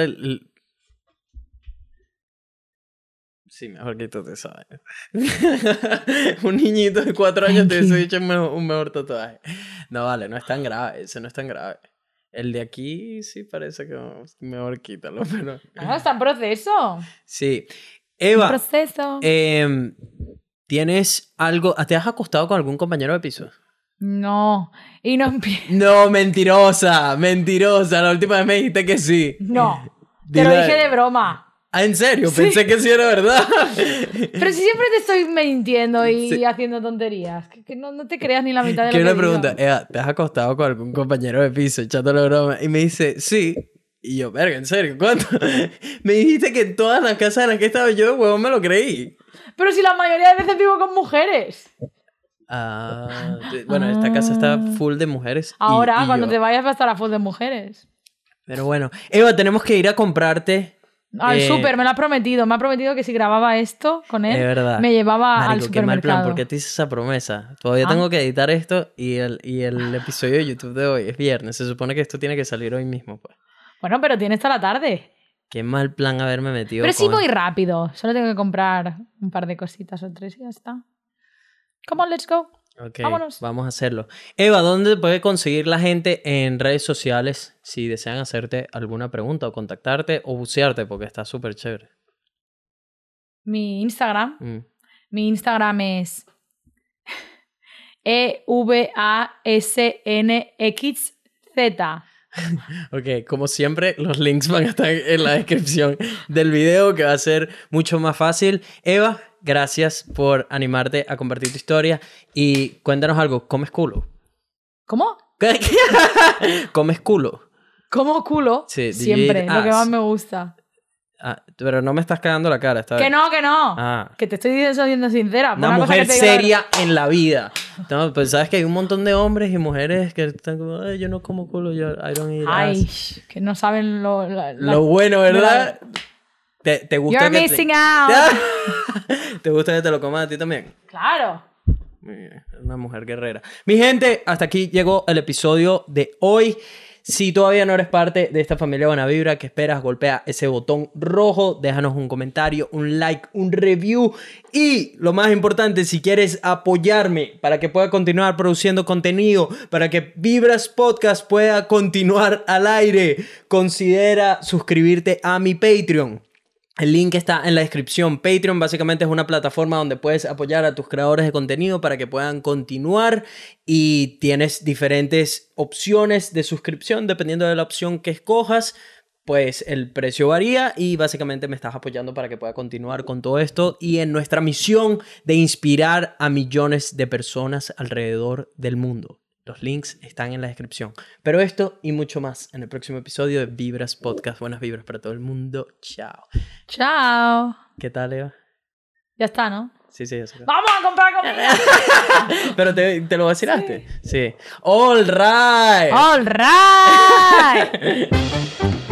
Sí, mejor que tú te sabes. Un niñito de 4 años te hubiese dicho un mejor tatuaje. No, vale, no es tan grave. Ese no es tan grave. El de aquí sí parece que mejor quítalo, pero... No, está en proceso. Sí. Eva, en proceso. ¿Tienes algo... ¿Te has acostado con algún compañero de piso? No. Y no empiezo. No, mentirosa. La última vez me dijiste que sí. No. Te lo dije de broma. ¿En serio? Sí. Pensé que sí era verdad. Pero si siempre te estoy mintiendo y haciendo tonterías. Que no te creas ni la mitad de lo que Quiero una digo. pregunta. Eva, ¿te has acostado con algún compañero de piso echándole broma? Y me dice, sí. Y yo, verga, ¿en serio? ¿Cuánto? Me dijiste que en todas las casas en las que estaba yo, huevón, me lo creí. Pero si la mayoría de veces vivo con mujeres. Bueno, esta casa está full de mujeres. Ahora, y cuando yo. te vayas va a estar a full de mujeres. Pero bueno, Eva, tenemos que ir a comprarte. Al súper, me lo ha prometido. Me ha prometido que si grababa esto con él, Es verdad. me llevaba Marico, al qué mal plan, supermercado. ¿por qué te hice esa promesa? Todavía tengo que editar esto y el episodio de YouTube de hoy es viernes. Se supone que esto tiene que salir hoy mismo, pues. Bueno, pero tiene hasta la tarde. Qué mal plan haberme metido Pero sí con voy rápido. Solo tengo que comprar un par de cositas o 3 y ya está. Come on, let's go. Ok, Vámonos. vamos a hacerlo. Eva, ¿dónde puede conseguir la gente en redes sociales si desean hacerte alguna pregunta o contactarte o bucearte? Porque está súper chévere. Mi Instagram. Mm. Mi Instagram es EVASNXZ. Ok, como siempre, los links van a estar en la descripción del video, que va a ser mucho más fácil. Eva, gracias por animarte a compartir tu historia y cuéntanos algo. ¿Comes culo? ¿Cómo? ¿Qué? ¿Comes culo? Como culo. Sí, do you Siempre. eat Lo que ass? más me gusta. Pero no me estás cagando la cara esta vez. Que no, que no. Ah. Que te estoy siendo sincera. Una Una cosa mujer que te digo la seria en la vida. No, pues sabes que hay un montón de hombres y mujeres que están como, "Ay, yo no como culo, I don't eat Ay, ass". que no saben Lo bueno, ¿verdad? ¿Te gusta You're que missing out. ¿Te gusta que te lo comas a ti también? Claro. Muy bien, una mujer guerrera. Mi gente, hasta aquí llegó el episodio de hoy. Si todavía no eres parte de esta familia Buena Vibra, ¿qué esperas? Golpea ese botón rojo, déjanos un comentario, un like, un review y lo más importante, si quieres apoyarme para que pueda continuar produciendo contenido, para que Vibras Podcast pueda continuar al aire, considera suscribirte a mi Patreon. El link está en la descripción. Patreon básicamente es una plataforma donde puedes apoyar a tus creadores de contenido para que puedan continuar y tienes diferentes opciones de suscripción dependiendo de la opción que escojas. Pues el precio varía y básicamente me estás apoyando para que pueda continuar con todo esto y en nuestra misión de inspirar a millones de personas alrededor del mundo. Los links están en la descripción. Pero esto y mucho más en el próximo episodio de Vibras Podcast. Buenas vibras para todo el mundo. Chao. Chao. ¿Qué tal, Eva? Ya está, ¿no? Sí, ya sé. ¡Vamos a comprar comida! ¿Pero te lo vacilaste? Sí. All right. All right.